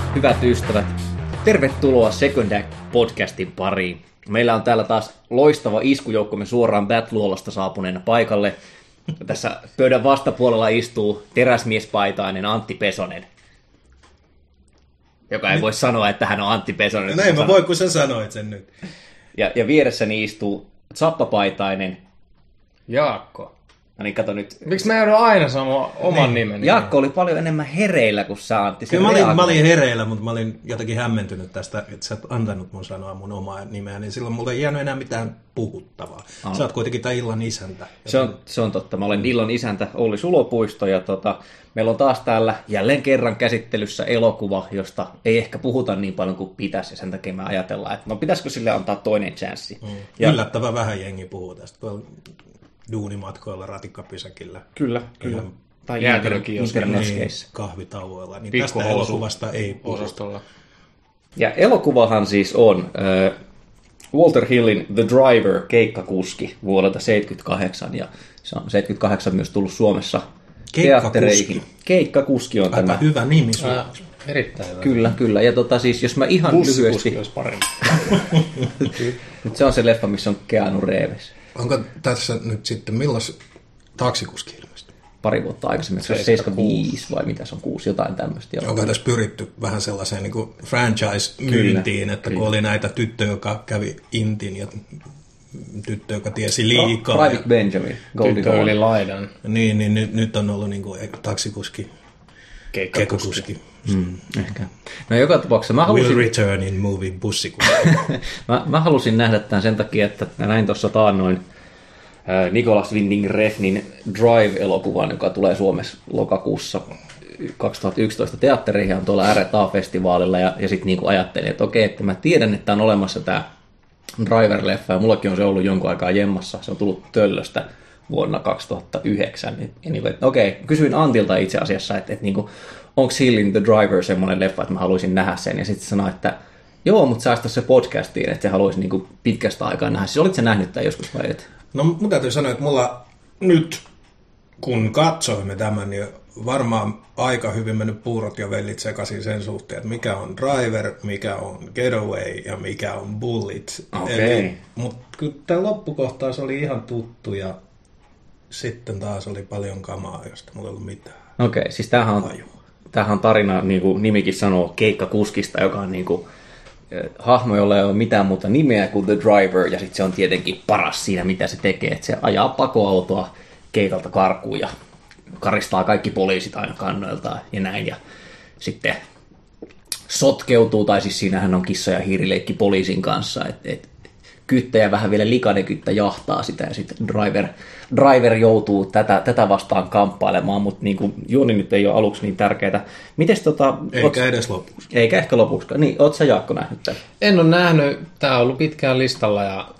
Hyvät ystävät, tervetuloa Second Act-podcastin pariin. Meillä on täällä taas loistava iskujoukkomme suoraan Batluolasta saapuneena paikalle. Tässä pöydän vastapuolella istuu teräsmiespaitainen Antti Pesonen, joka ei voi sanoa, että hän on Antti Pesonen. Näin mä voin, kun sä sanoit sen nyt. Ja vieressäni istuu zappapaitainen Jaakko. No niin, kato nyt. Miksi mä joudun aina sanoa oman nimeni? Jaakko oli paljon enemmän hereillä kuin sä, Antti. Kyllä mä olin hereillä, mutta mä olin jotenkin hämmentynyt tästä, että sä et antanut mun sanoa mun omaa nimeä, niin silloin mulla ei jäänyt enää mitään puhuttavaa. Sä oot kuitenkin tämän illan isäntä. Se on totta. Mä olen illan isäntä Olli Sulopuisto ja meillä on taas täällä jälleen kerran käsittelyssä elokuva, josta ei ehkä puhuta niin paljon kuin pitäisi, ja sen takia me ajatellaan, että no pitäisikö sille antaa toinen chanssi. Yllättävän vähän jengi puhuu tästä. Duunimatkoilla, ratikkapysäkillä. Kyllä. Tai internetkeissä. Kahvitauoilla. Niin tästä elokuvasta ei puhuta. Ja elokuvahan siis on Walter Hillin The Driver, keikkakuski vuodelta 1978. Ja se on 1978 myös tullut Suomessa teattereihin. Keikkakuski on tämä. Aika hyvä nimi Suomessa. Erittäin hyvä. Kyllä. Ja siis jos mä ihan lyhyesti... olisi parempi. Nyt se on se leffa, missä on Keanu Reeves. Onko tässä nyt sitten, milloin taksikuski ilmestyi? Pari vuotta aikaisemmin, se on 75 vai mitä se on, 6, jotain tämmöistä. Onko tässä pyritty vähän sellaiseen niin kuin franchise-myyntiin, että kun oli näitä tyttö, joka kävi Intin ja tyttö, joka tiesi liikaa. Private Benjamin, tyttö oli laidan. Niin, nyt on ollut niin kuin taksikuski, keikkakuski. Ehkä. No joka tapauksessa mä halusin... Will return in movie bussikuski. mä halusin nähdä tämän sen takia, että näin tuossa taannoin Nicolas Winding Refnin Drive-elokuvan, joka tulee Suomessa lokakuussa 2011 teattereihin, on tuolla RTA-festivaalilla, ja sitten niin ajattelin, että okei, että mä tiedän, että on olemassa tämä Driver-leffa, ja mullakin on se ollut jonkun aikaa jemmassa, se on tullut Töllöstä vuonna 2009. Ja niin, että okei, kysyin Antilta itse asiassa, että niin kuin, onko Hillin The Driver semmoinen leffa, että mä haluaisin nähdä sen, ja sitten sanoi, että joo, mutta säästä se podcastiin, että se haluaisi niin kuin pitkästä aikaa nähdä. Siis olit sä nähnyt tämän joskus vai et? No mun täytyy sanoa, että mulla nyt, kun katsoimme tämän, niin varmaan aika hyvin mennyt puurot ja vellit sekaisin sen suhteen, että mikä on Driver, mikä on Getaway ja mikä on Bullet. Okay. Mutta kyllä tämä loppukohtaus oli ihan tuttu ja sitten taas oli paljon kamaa, josta mulla ei ollut mitään. Okei, siis tämähän on tarina, niin kuin nimikin sanoo, keikkakuskista, joka on niin kuin hahmo, jolla ei ole mitään muuta nimeä kuin The Driver, ja sitten se on tietenkin paras siinä, mitä se tekee, että se ajaa pakoautoa keikalta karkuun ja karistaa kaikki poliisit aina kannoiltaan ja näin, ja sitten sotkeutuu, tai siis siinähän on kissa- ja hiirileikki poliisin kanssa, että kyttäjä vähän vielä likainen kyttä jahtaa sitä, ja sitten driver joutuu tätä vastaan kamppailemaan, mutta niin kuin juoni nyt ei ole aluksi niin tärkeää. Mites eikä edes lopuksi. Eikä ehkä lopuksi. Niin, ootko sä Jaakko nähnyt tämän? En ole nähnyt. Tämä on ollut pitkään listalla ja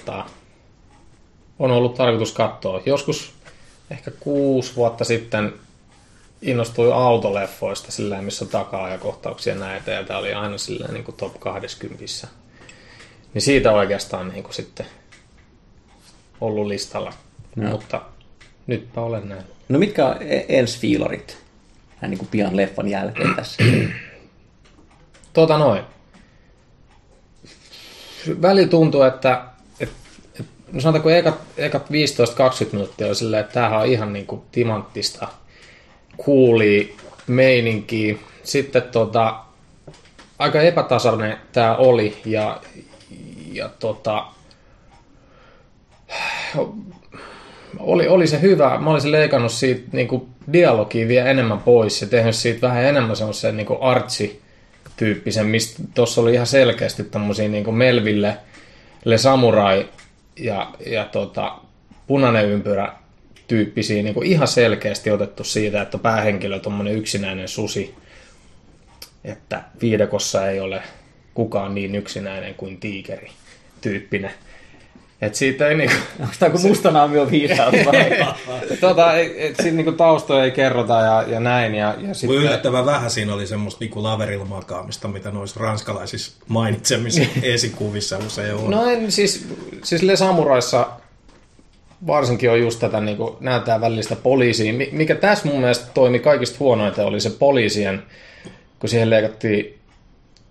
on ollut tarkoitus katsoa. Joskus ehkä 6 vuotta sitten innostuin autoleffoista sillä missä on takaa-ajakohtauksia näitä, ja tämä oli aina sillä niin kuin top 20. Niin siitä oikeastaan niin kuin sitten ollut listalla, mutta nytpä olen näin. No mitkä on ensifiilarit niin kuin pian leffan jälkeen tässä? Välillä tuntuu, että no sanotaanko ekat 15-20 minuuttia on silleen, että tämähän on ihan niin kuin timanttista coolia meininkiä. Sitten aika epätasainen tämä oli ja oli se hyvä. Mä olisin leikannut siitä niinku dialogia vielä enemmän pois ja tehnyt siitä vähän enemmän semmoisen niinku artsi-tyyppisen, mistä tuossa oli ihan selkeästi tommosia niinku Melville Le Samurai ja Punainen ympyrä tyyppisiä, niinku ihan selkeästi otettu siitä, että päähenkilö on tommonen yksinäinen susi, että viidakossa ei ole kukaan niin yksinäinen kuin tiikeri tyyppinen. Että siitä ei niinku... Onko tämä kuin mustanaamio viisaus? Siitä niinku taustoja ei kerrota ja näin. Ja sitten... Yllättävän vähän siinä oli semmoista niinku laverilla makaamista, mitä noissa ranskalaisissa mainitsemissa esikuvissa usein on. No en, siis Le Samuraissa varsinkin on just tätä niinku, näytetään välillistä poliisia. Mikä tässä mun mielestä toimi kaikista huonoita oli se poliisien, kun siihen leikattiin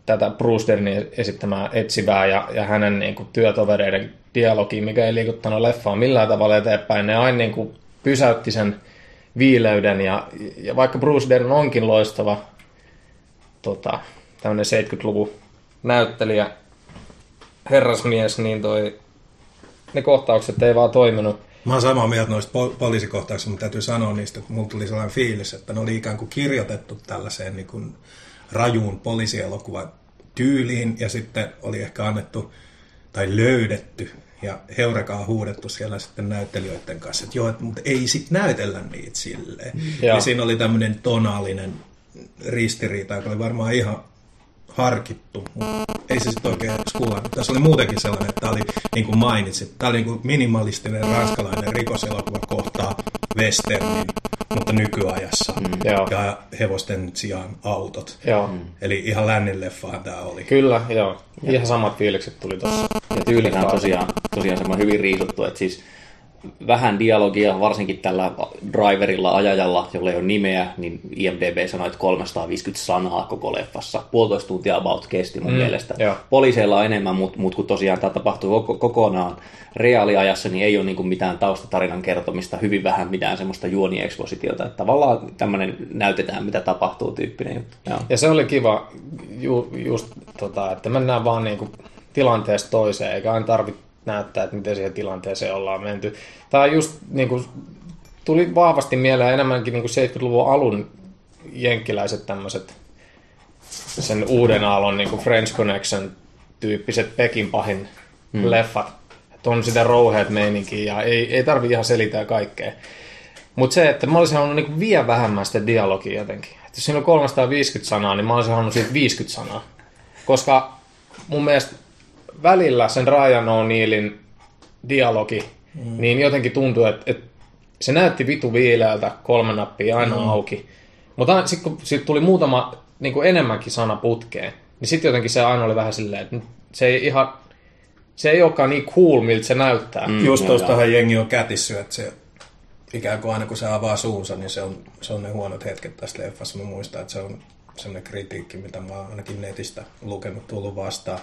tätä Bruce Dernin esittämää etsivää ja hänen niin kuin, työtovereiden dialogia, mikä ei liikuttanut leffaa millään tavalla eteenpäin. Ne aina niin kuin, pysäytti sen viileyden ja vaikka Bruce Dern onkin loistava tämmöinen 70-luvun näyttelijä, herrasmies, niin ne kohtaukset ei vaan toiminut. Mä oon samaa mieltä noista poliisikohtauksista, mutta täytyy sanoa niistä, että mulla tuli sellainen fiilis, että ne oli ikään kuin kirjoitettu tällaiseen niin kuin rajuun poliisielokuvan tyyliin, ja sitten oli ehkä annettu tai löydetty ja heurekaa huudettu siellä sitten näyttelijöiden kanssa, että joo, mutta ei sitten näytellä niitä silleen. Ja siinä oli tämmöinen tonaalinen ristiriita, joka oli varmaan ihan harkittu, mutta ei se sitten oikein skullannut. Tässä oli muutenkin sellainen, että tämä oli, niin kuin mainitsit, tämä oli niin kuin minimalistinen ranskalainen rikoselokuva kohtaa westernin, mutta nykyajassa. Ja hevosten sijaan autot. Eli ihan lännen leffahan tämä oli. Kyllä, joo. Ihan samat fiilikset tuli tuossa. Ja tyylihän on tosiaan semmoinen hyvin riisuttu, että siis vähän dialogia, varsinkin tällä driverilla, ajajalla, jolla ei ole nimeä, niin IMDb sanoi, että 350 sanaa koko leffassa. 1,5 tuntia about kesti mun mielestä. Joo. Poliiseilla on enemmän, mutta kun tosiaan tämä tapahtuu kokonaan reaaliajassa, niin ei ole niin kuin mitään taustatarinan kertomista, hyvin vähän mitään semmoista juoniekspositiota. Että tavallaan tämmöinen näytetään, mitä tapahtuu tyyppinen juttu. Joo. Ja se oli kiva just, että mennään vaan niin kuin tilanteesta toiseen, eikä aina tarvitse näyttää, että miten siihen tilanteeseen ollaan menty. Tämä just niin kuin, tuli vahvasti mieleen enemmänkin niin kuin 70-luvun alun jenkkiläiset tämmöiset sen uuden aallon niin kuin French Connection-tyyppiset Pekin pahin leffat. Että on sitä rouheet meininkiä ja ei tarvitse ihan selittää kaikkea. Mutta se, että mä olisin halunnut niin vielä vähemmän sitä dialogia jotenkin. Että jos siinä on 350 sanaa, niin mä olisin halunnut siitä 50 sanaa. Koska mun mielestä välillä sen Ryan O'Neillin dialogi, niin jotenkin tuntui, että se näytti vitu viileältä, 3 nappia aina auki. Mutta sitten kun siitä tuli muutama niin kuin enemmänkin sana putkeen, niin sitten jotenkin se aina oli vähän silleen, että se ei olekaan niin cool, miltä se näyttää. Just tuostahan jengi on kätissy, että se ikään kuin aina kun se avaa suunsa, niin se on ne huonot hetket tässä leffassa. Mä muistan, että se on sellainen kritiikki, mitä mä oon ainakin netistä lukenut, tullut vastaan.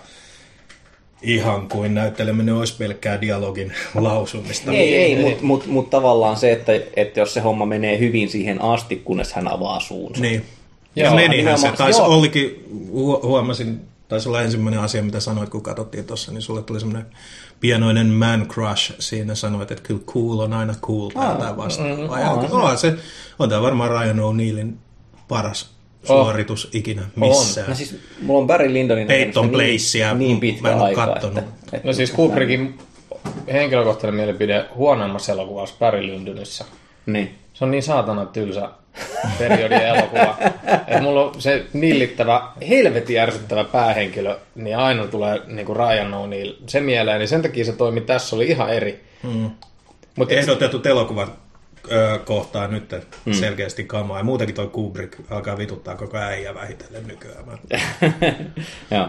Ihan kuin näytteleminen olisi pelkkää dialogin lausumista. Ei, mutta tavallaan se, että jos se homma menee hyvin siihen asti, kunnes hän avaa suunsa. Niin. Ja menihän se. Ollikin, huomasin, taisi olla ensimmäinen asia, mitä sanoit, kun katsottiin tuossa, niin sulle tuli semmoinen pienoinen man crush. Siinä sanoit, että kyllä cool on aina cool tai vastaan. On tämä varmaan Ryan O'Neillin paras suoritus ikinä missään. No siis mulla on Barry Lyndоnin Peyton Placea niin pitkä aika. No siis Kubrickin henkilökohtainen mielipide huonoimmassa elokuvassa Barry Lyndonissa. Niin. Se on niin saatana tylsä periodin elokuva. Että mulla on se nillittävä, helvetin ärsyttävä päähenkilö, niin aina tulee niin kuin Ryan O'Neill se mieleen, niin sen takia se toimi tässä oli ihan eri. Ehdotetut elokuvat kohtaa nyt selkeästi kamaa. Ja muutenkin toi Kubrick alkaa vituttaa koko äijä vähitellen nykyään. Joo.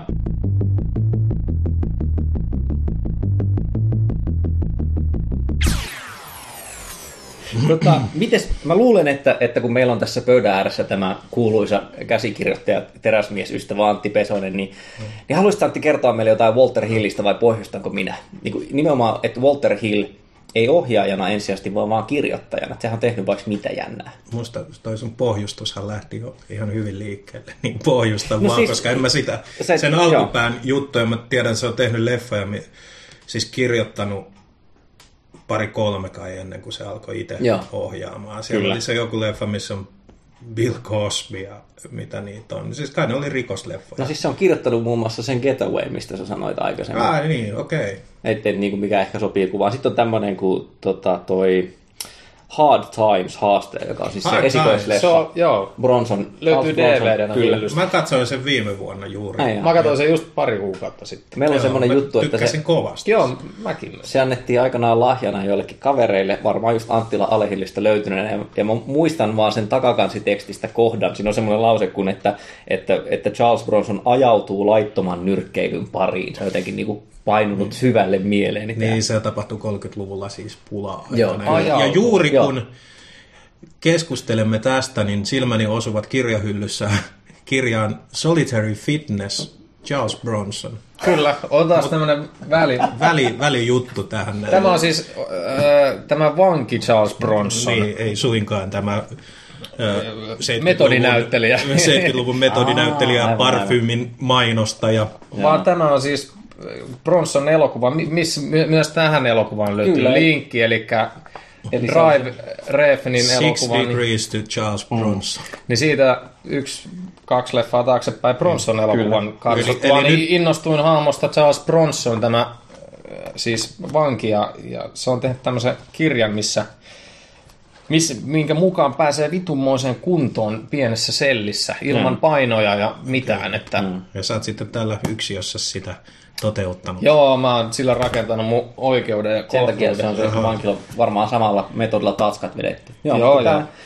Mites, mä luulen, että kun meillä on tässä pöydän ääressä tämä kuuluisa käsikirjoittaja, teräsmiesystävä Antti Pesonen, niin haluaisit Antti kertoa meille jotain Walter Hillistä vai pohjustanko minä? Niin nimenomaan, että Walter Hill ei ohjaajana ensisijaisesti, vaan kirjoittajana. Sehän on tehnyt vaikka mitä jännää. Musta toi sun pohjustushan lähti jo ihan hyvin liikkeelle. Niin pohjustan vaan, siis, koska en mä sitä. Sen alkupään juttuja, mä tiedän, että se on tehnyt leffoja, siis kirjoittanut 2-3 kai ennen kuin se alkoi itse ohjaamaan. Siellä oli se joku leffa, missä on Bill Cosby ja mitä niitä on. Siis kai ne oli rikosleffoja. No siis se on kirjoittanut muun muassa sen Getaway, mistä sä sanoit aikaisemmin. Niin, okei. Ettei niin mikä ehkä sopii kuvaan. Sitten on tämmöinen kuin toi Hard Times -haaste, joka on siis se esikoisleffa. Bronson löytyy DVD:nä hyllystä. Mä katsoin sen viime vuonna juuri. Mä katsoin sen just pari kuukautta sitten. Meillä on semmoinen juttu, että tykkäsin kovasti. Joo, mäkin. Se annettiin aikanaan lahjana joillekin kavereille, varmaan just Anttila Alehillistä löytyneenä. Ja mä muistan vaan sen takakansitekstistä kohdan. Siinä on semmoinen lause kuin, että Charles Bronson ajautuu laittoman nyrkkeilyn pariin. Se on jotenkin niinku painunut syvälle mieleeni. Niin, se tapahtui 30-luvulla siis pula-aikana. Ja juuri kun keskustelemme tästä, niin silmäni osuvat kirjahyllyssä kirjaan Solitary Fitness Charles Bronson. Kyllä, otetaan tämmönen Välijuttu tähän. Tämä on siis tämä vanki Charles Bronson. Niin, ei suinkaan tämä metodinäyttelijä. 70-luvun metodinäyttelijä, parfyymin mainostaja. Vaan tämä on siis Bronson elokuva. Myös tähän elokuvaan löytyy linkki, eli Drive Refnin elokuva. 6 Degrees to Charles Bronson. Niin siitä 1-2 leffaa taaksepäin Bronson elokuvan katsottua, niin innostuin hahmosta Charles Bronson, tämä siis vanki, ja se on tehnyt tämmöisen kirjan, minkä mukaan pääsee vitunmoiseen kuntoon pienessä sellissä, ilman painoja ja mitään. Että... Ja sä oot sitten täällä yksiössä sitä toteuttanut. Joo, mä oon sillä rakentanut mun oikeuden ja sen takia se on se vankila varmaan samalla metodilla tatskat vedetty. Joo.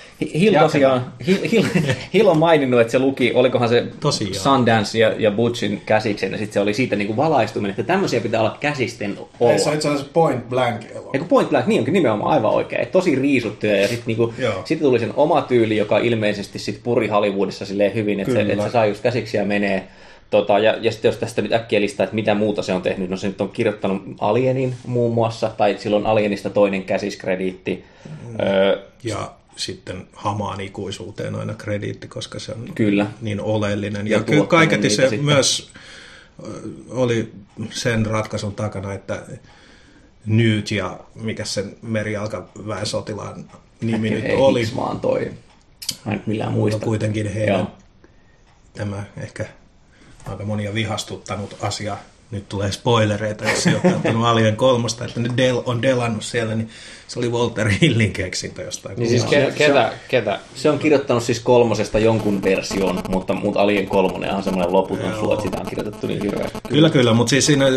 Hill on maininnut, että se luki, olikohan se tosiaan Sundance ja Butchin käsiksen, ja sitten se oli siitä niin kuin valaistuminen, että tämmöisiä pitää olla käsisten olla. Ei, se on itse asiassa Point Blank elokuva. Eiku Point Blank, niin onkin nimenomaan aivan oikein. Tosi riisuttuja, ja sitten niinku, tuli sen oma tyyli, joka ilmeisesti sit puri Hollywoodissa silleen hyvin, että se saa just käsiksi ja menee. Ja sitten jos tästä nyt äkkiä listaa, että mitä muuta se on tehnyt, no se nyt on kirjoittanut Alienin muun muassa, tai silloin Alienista toinen käsiskrediitti. Ja sitten Hamaan ikuisuuteen aina krediitti, koska se on niin oleellinen. Ja kyllä kaiketi se sitten myös oli sen ratkaisun takana, että Newt ja mikä sen merijalkaväensotilaan nimi nyt oli. Hicksmaan toi. Mä en millään muista. Kuitenkin heidän tämä ehkä aika monia vihastuttanut asia. Nyt tulee spoilereita, jos ei ole katsonut Alien 3, että ne on delannut siellä, niin se oli Walter Hillin keksintö jostain. Niin siis ketä? Se on kirjoittanut siis 3 jonkun version, mutta Alien 3 on semmoinen loputon suo, että sitä on kirjoitettu niin hirveästi. Kyllä, mutta siis siinä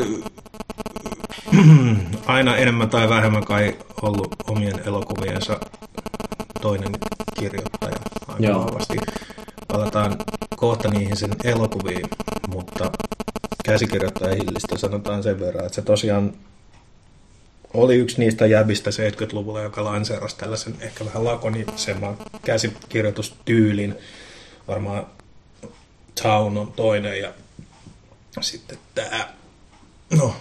aina enemmän tai vähemmän kai ollut omien elokuviensa toinen kirjoittaja aika vahvasti. Palataan kohta niihin sen elokuviin, mutta käsikirjoittaja Hillistä sanotaan sen verran, että se tosiaan oli yksi niistä jäbistä 70-luvulla, joka lanseerasi tällaisen ehkä vähän lakonisemman käsikirjoitustyylin. Varmaan Town on toinen ja sitten tämä, no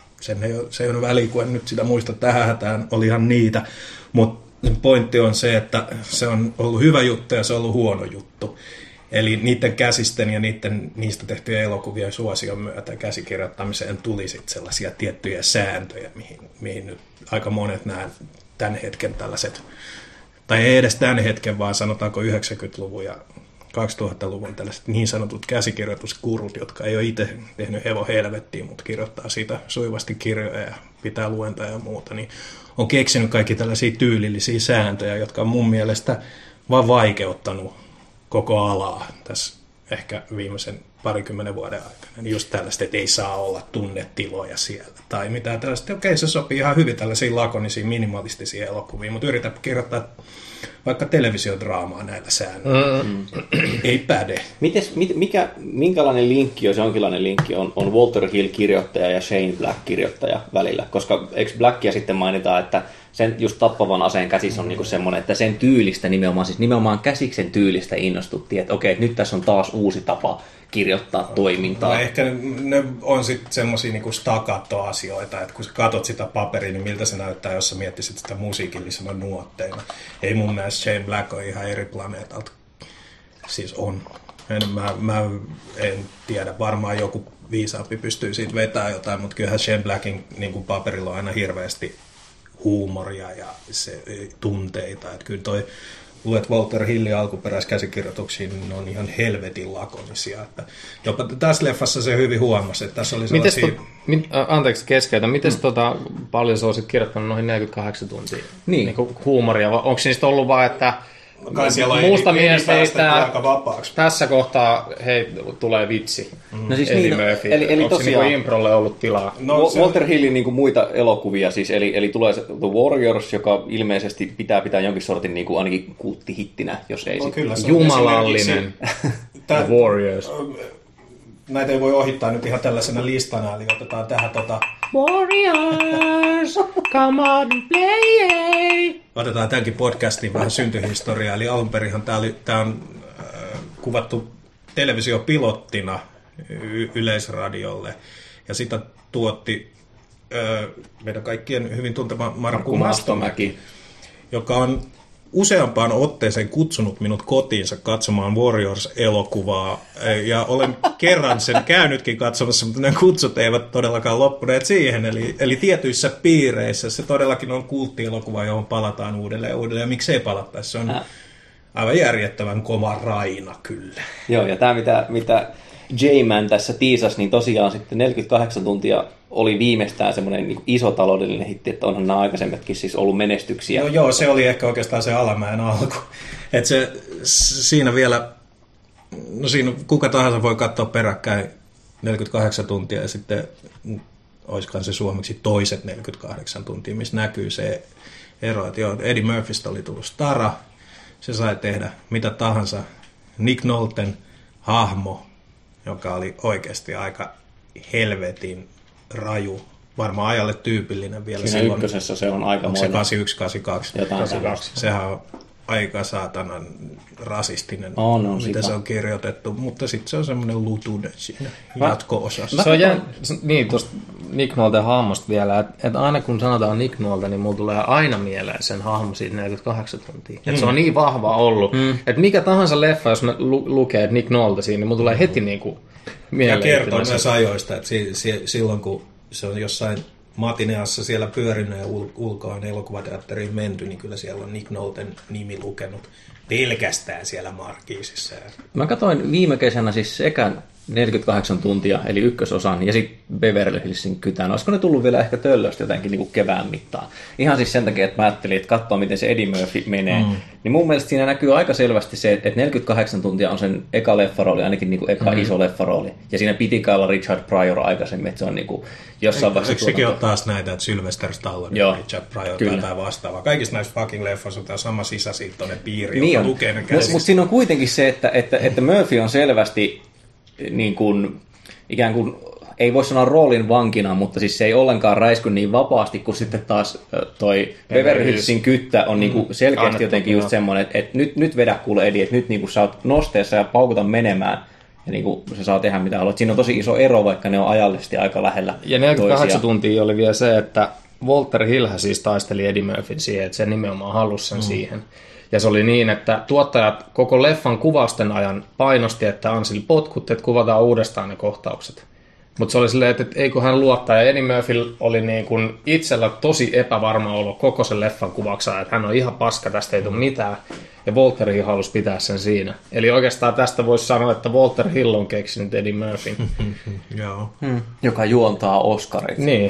se ei ole väliä, kun en nyt sitä muista tähän hätään, olihan niitä, mutta pointti on se, että se on ollut hyvä juttu ja se on ollut huono juttu. Eli niiden käsisten ja niistä tehtyjen elokuvien suosion myötä käsikirjoittamiseen tuli sitten sellaisia tiettyjä sääntöjä, mihin nyt aika monet nämä tämän hetken tällaiset, tai ei edes tämän hetken, vaan sanotaanko 90-luvun ja 2000-luvun tällaiset niin sanotut käsikirjoituskurut, jotka ei ole itse tehnyt hevon helvettiin, mutta kirjoittaa siitä sujuvasti kirjoja ja pitää luentaa ja muuta, niin on keksinyt kaikki tällaisia tyylillisiä sääntöjä, jotka on mun mielestä vaan vaikeuttanut koko alaa tässä ehkä viimeisen 20 vuoden aikana. Niin just tällaista, että ei saa olla tunnetiloja siellä tai mitään tällaista. Okei, se sopii ihan hyvin tällaisiin lakonisiin, minimalistisiin elokuviin, mutta yritä kirjoittaa vaikka televisiodraamaa näillä säännöillä. Ei päde. Minkälainen linkki, jos jonkinlainen linkki, on Walter Hill kirjoittaja ja Shane Black kirjoittaja välillä? Koska eikö Blackia sitten mainitaan, että sen just tappavan aseen käsissä on niinku semmoinen, että sen tyylistä nimenomaan käsiksen tyylistä innostuttiin, että okei, nyt tässä on taas uusi tapa kirjoittaa toimintaa. No ehkä ne on sitten semmoisia niinku staccato-asioita, että kun sä katot sitä paperia, niin miltä se näyttää, jos sä miettisit sitä musiikillisena nuotteina. Ei mun mielestä Shane Black on ihan eri planeetalta. Siis on. Mä en tiedä, varmaan joku viisaampi pystyy siitä vetämään jotain, mutta kyllähän Shane Blackin niin kuin paperilla on aina hirveästi huumoria ja se, tunteita. Että kyllä toi luet Walter Hillin alkuperäiskäsikirjoituksiin, niin ne on ihan helvetin lakonisia. Että jopa tässä leffassa se hyvin huomasi, että tässä oli sellaisia... Anteeksi keskeytä, miten paljon sä olisit kirjoittanut noihin 48 tuntia niin huumoria? Onko niistä ollut vaan, että muusta miehestä tässä kohtaa tulee vitsi? No siis Eddie Murphy. Eli tosiaan niin improlle ollut tilaa? No, Walter Hillin niin kuin muita elokuvia, siis, eli tulee The Warriors, joka ilmeisesti pitää jonkin sortin niin kuin ainakin kulttihittinä, jos ei sitten. Jumalallinen The Warriors. Näitä ei voi ohittaa nyt ihan tällaisena listana, eli otetaan tähän Warriors, come on play! Otetaan tämänkin podcastin vähän syntyhistoriaa, eli alunperinhan tämä on kuvattu televisiopilottina Yleisradiolle. Ja sitä tuotti meidän kaikkien hyvin tuntema Markku Mastomäki, joka on useampaan otteeseen kutsunut minut kotiinsa katsomaan Warriors-elokuvaa, ja olen kerran sen käynytkin katsomassa, mutta ne kutsut eivät todellakaan loppuneet siihen, eli tietyissä piireissä se todellakin on kulttielokuva, johon palataan uudelleen, ja miksei palattaisi, se on aivan järjettävän kova raina kyllä. Joo, ja tämä mitä J-Man tässä tiisasi, niin tosiaan sitten 48 tuntia oli viimeistään semmoinen niin iso taloudellinen hitti, että onhan nämä aikaisemmatkin siis ollut menestyksiä. No joo, se oli ehkä oikeastaan se alamäen alku. Että siinä vielä, no siinä kuka tahansa voi katsoa peräkkäin 48 tuntia ja sitten olisikohan se suomeksi toiset 48 tuntia, missä näkyy se ero, että joo, Eddie Murphystä oli tullut stara, se sai tehdä mitä tahansa. Nick Nolten hahmo, joka oli oikeasti aika helvetin raju, varmaan ajalle tyypillinen vielä siinä silloin. Ykkösessä se on aikamoinen. Se 81-82. Sehän on aika saatanan rasistinen, mitä se on kirjoitettu, mutta sitten se on semmoinen lutunen siinä jatko-osassa. Niin, tuosta Nick Nolten hahmosta vielä, että aina kun sanotaan Nick Nolte, niin mulla tulee aina mieleen sen hahmo siitä 48 tuntia. Että se on niin vahva ollut, että mikä tahansa leffa, jos mä lukee, että Nick Nolte siinä, niin mulla tulee heti niinku mieleen. Ja kertoo näistä ajoista, että silloin kun se on jossain matineassa siellä pyörinyt ja ulkoaan elokuvateatteriin menty, niin kyllä siellä on Nick Nolten nimi lukenut pelkästään siellä markiisissa. Mä katsoin viime kesänä siis sekä 48 tuntia, eli ykkösosan, ja sitten Beverly Hillsin Kytän. Olisiko ne tullut vielä ehkä töllöstä jotenkin niin kuin kevään mittaan? Ihan siis sen takia, että mä ajattelin, että katsoa, miten se Eddie Murphy menee. Niin mun mielestä siinä näkyy aika selvästi se, että 48 tuntia on sen eka leffarooli, ainakin niin kuin eka iso leffarooli. Ja siinä pitikään olla Richard Pryor aikaisemmin, että se on niin kuin jossain vaiheessa tuotanto. Sekin on taas näitä, että Sylvester Stallone ja Richard Pryor tai jotain vastaavaa. Kaikissa näissä fucking leffoissa on tämä sama sisäsiittoinen piiri, niin joka lukee ne käsissä. Mutta siinä on kuitenkin se, että Murphy on selvästi niin kuin, ikään kuin, ei voi sanoa roolin vankina, mutta siis se ei ollenkaan räisky niin vapaasti, kuin sitten taas toi Beverly Hillsin Kyttä on niin kuin selkeästi jotenkin just semmoinen, että nyt vedä kuule Eddie, että nyt niin kuin sä oot nosteessa ja paukuta menemään, ja niin kuin se saa tehdä mitä haluat. Siinä on tosi iso ero, vaikka ne on ajallisesti aika lähellä ja 48 tuntia oli vielä se, että Walter Hillhän siis taisteli Eddie Murphyn siihen, että se nimenomaan halusi sen siihen. Ja se oli niin, että tuottajat koko leffan kuvausten ajan painosti, että Ansel potkut, että kuvataan uudestaan ne kohtaukset. Mutta se oli silleen, että eikö hän luottaa. Ja Eddie Murphy oli niin kuin itsellä tosi epävarma olo koko sen leffan kuvauksia, että hän on ihan paska, tästä ei tule mitään. Ja Walter Hill halusi pitää sen siinä. Eli oikeastaan tästä voisi sanoa, että Walter Hill on keksinyt Eddie Murphyn. Joo. Joka juontaa Oscarit. Niin.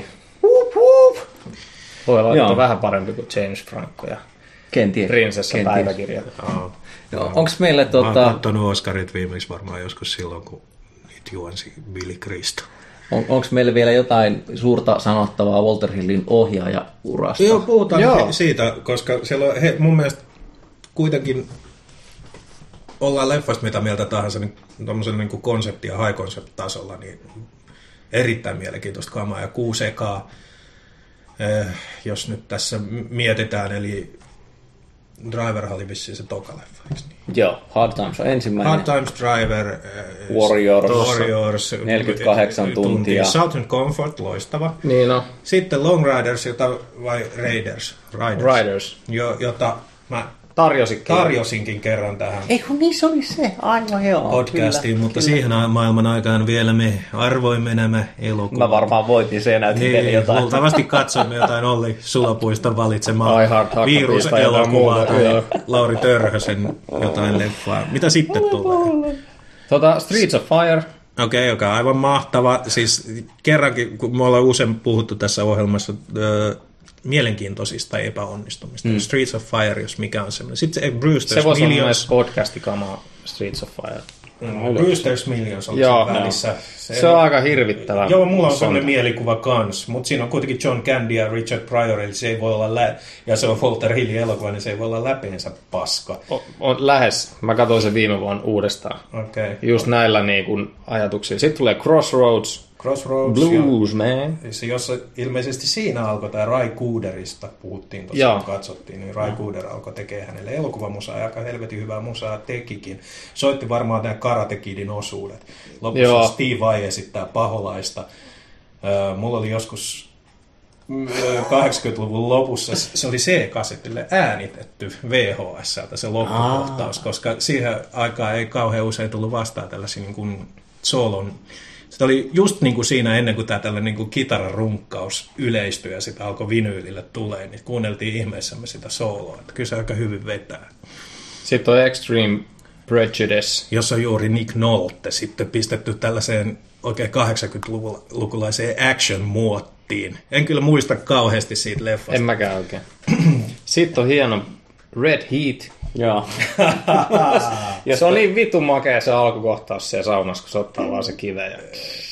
Voi olla, että vähän parempi kuin James Franco ja Prinsessan päiväkirja. Onko meille Mä oon katsonut Oscarit viimeksi varmaan joskus silloin, kun niitä juonsi Billy Crystal. Onko meillä vielä jotain suurta sanottavaa Walter Hillin ohjaaja-urasta? Joo, puhutaan siitä, koska siellä on, mun mielestä kuitenkin ollaan leffasta mitä mieltä tahansa, niin tuommoisen niin konsepti- ja high concept-tasolla, niin erittäin mielenkiintoista kamaa ja 6 ekaa, jos nyt tässä mietitään, eli Driver oli vissiin se toka leffa, eikö niin? Joo, Hard Times on ensimmäinen. Hard Times, Driver, Warriors 48 tuntia. Southern Comfort, loistava. Niin no. Sitten Long Riders, vai Raiders? Riders. Jota mä tarjosinkin kerran tähän ei kun niin se oli se, aivan joo. Podcastiin, mutta siihen maailman aikaan vielä me arvoimme nämä elokuvat. Mä varmaan voitin se näytteli jotain. Luultavasti katsoimme jotain Olli Sulapuiston valitsemaa viruselokuvaa tai Lauri Törhösen jotain leffaa. Mitä sitten tulee? Streets of Fire. Okei, joka on aivan mahtava. Siis kerrankin, kun me ollaan usein puhuttu tässä ohjelmassa mielenkiintoisista epäonnistumista. Streets of Fire, jos mikä on semmoinen. Sitten se Brewster's se voisi olla Millions. myös podcastikamaa Streets of Fire. Brewster's Millions on sen välissä. Se on aika hirvittävä. Joo, mulla on sellainen mielikuva kans, mutta siinä on kuitenkin John Candy ja Richard Pryor, eli se ei voi olla ja se on Walter Hillin elokuva, niin se ei voi olla läpeensä paska. On lähes. Mä katsoin sen viime vuonna uudestaan. Okay. Just näillä niin kuin ajatuksilla. Sitten tulee Crossroads, Crossroads. Blues, man. Jossa ilmeisesti siinä alkoi tämä Ray Cooderista, puhuttiin tuossa, kun katsottiin, niin Ray Cooder alkoi tekemään hänelle elokuvamusaa, ja aika helvetin hyvää musaa tekikin. Soitti varmaan nämä Karate Kidin osuudet. Lopussa Steve Vai esittää paholaista. Mulla oli joskus 80-luvun lopussa, se oli C-kasetille äänitetty VHS:ltä se loppukohtaus, koska siihen aikaan ei kauhean usein tullut vastaan tällaisia niin kuin soolon. Se oli just niin kuin siinä ennen kuin tämä tällainen niin kuin kitaran runkkaus yleistyi ja sitten alkoi vinyylille tulee, niin kuunneltiin ihmeessämme sitä sooloa, että kyllä se aika hyvin vetää. Sitten on Extreme Prejudice. Jossa on juuri Nick Nolte sitten pistetty tällaiseen oikein 80-lukulaiseen action-muottiin. En kyllä muista kauheasti siitä leffasta. En mäkään oikein. Sitten on hieno Red Heat. Joo. Se on niin vitun makea se alkukohtaus siellä saunassa, kun se ottaa vaan se kive ja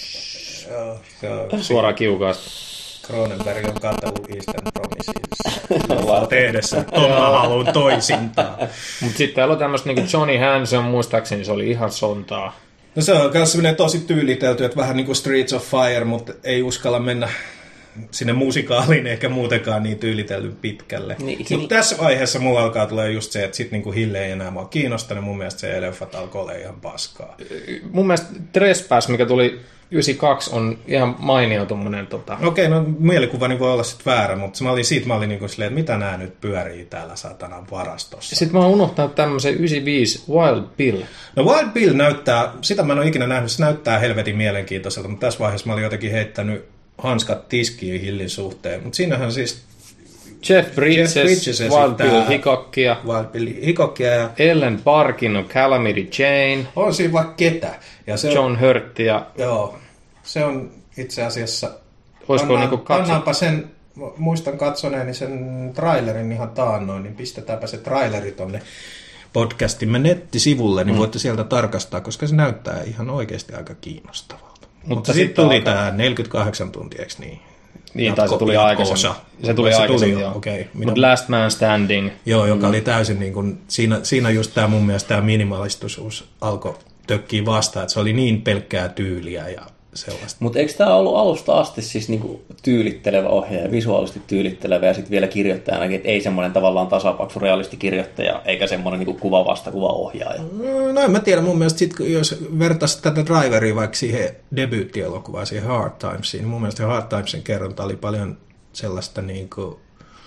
suoraan kiukaas. Cronenberg on katsellut Eastern Promises tehdessä omaa haluun toisintaan. Mutta sitten täällä on tämmöistä niin kuin Johnny Hansen, muistaakseni se oli ihan sontaa. No se on myös sellainen tosi tyylitelty, että vähän niin kuin Streets of Fire, mutta ei uskalla mennä sinne musikaaliin eikä muutenkaan niin tyylitellyn pitkälle. Niin, mutta tässä vaiheessa mulla alkaa tulla just se, että sitten niin Hille ei enää mua kiinnostanut. Mun mielestä se leffat alkoi olla ihan paskaa. Mun mielestä Trespass, mikä tuli 92, on ihan mainio tommonen Okei, no mielikuvani voi olla sitten väärä, mutta mä olin niin kuin silleen, että mitä nää nyt pyörii täällä satanan varastossa. Sitten mä oon unohtanut tämmöisen 95 Wild Bill. No Wild Bill näyttää, sitä mä en ole ikinä nähnyt, se näyttää helvetin mielenkiintoiselta, mutta tässä vaiheessa mä olin jotenkin heittänyt hanskat tiskiin Hillin suhteen, mutta siinähän siis Jeff Bridges Wild Bill Hickokia ja Ellen Barkin on Calamity Jane. On siinä vaikka ketä. Ja se John Hurt ja... Joo, se on itse asiassa... Annaanpa sen, muistan katsoneeni sen trailerin ihan taannoin, niin pistetäänpä se traileri tonne podcastimme nettisivulle, niin voitte sieltä tarkastaa, koska se näyttää ihan oikeasti aika kiinnostavalta. Mutta sitten tuli tämä 48 tuntia, eikö niin? Niin, tai se tuli aikaisemmin. Se tuli aikaisemmin, joo. Okay, mutta Last Man Standing. Joo, joka oli täysin niin kuin, siinä just tämä mun mielestä tämä minimalistisuus alkoi tökkiä vastaan, että se oli niin pelkkää tyyliä ja sellaista. Mutta eikö tämä ollut alusta asti siis niinku tyylittelevä ohjaaja, visuaalisesti tyylittelevä ja sitten vielä kirjoittajanakin, että ei semmoinen tavallaan tasapaksu realistikirjoittaja eikä semmoinen niinku kuva vastakuva ohjaaja? No en mä tiedä, mun mielestä sit, jos vertaisi tätä Driveria vaikka siihen debyyttielokuvaan, siihen Hard Timesiin, niin mun mielestä Hard Timesin kerronta oli paljon sellaista niinku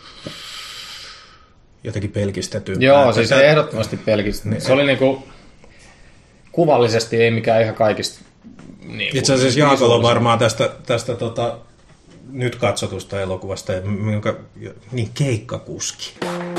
jotenkin pelkistetympää. Joo, siis se ehdottomasti pelkistetty. Se oli niinku kuvallisesti ei mikään ihan kaikista. Niin, itse asiassa Jaakolla on varmaan tästä nyt katsotusta elokuvasta, niin Keikkakuski.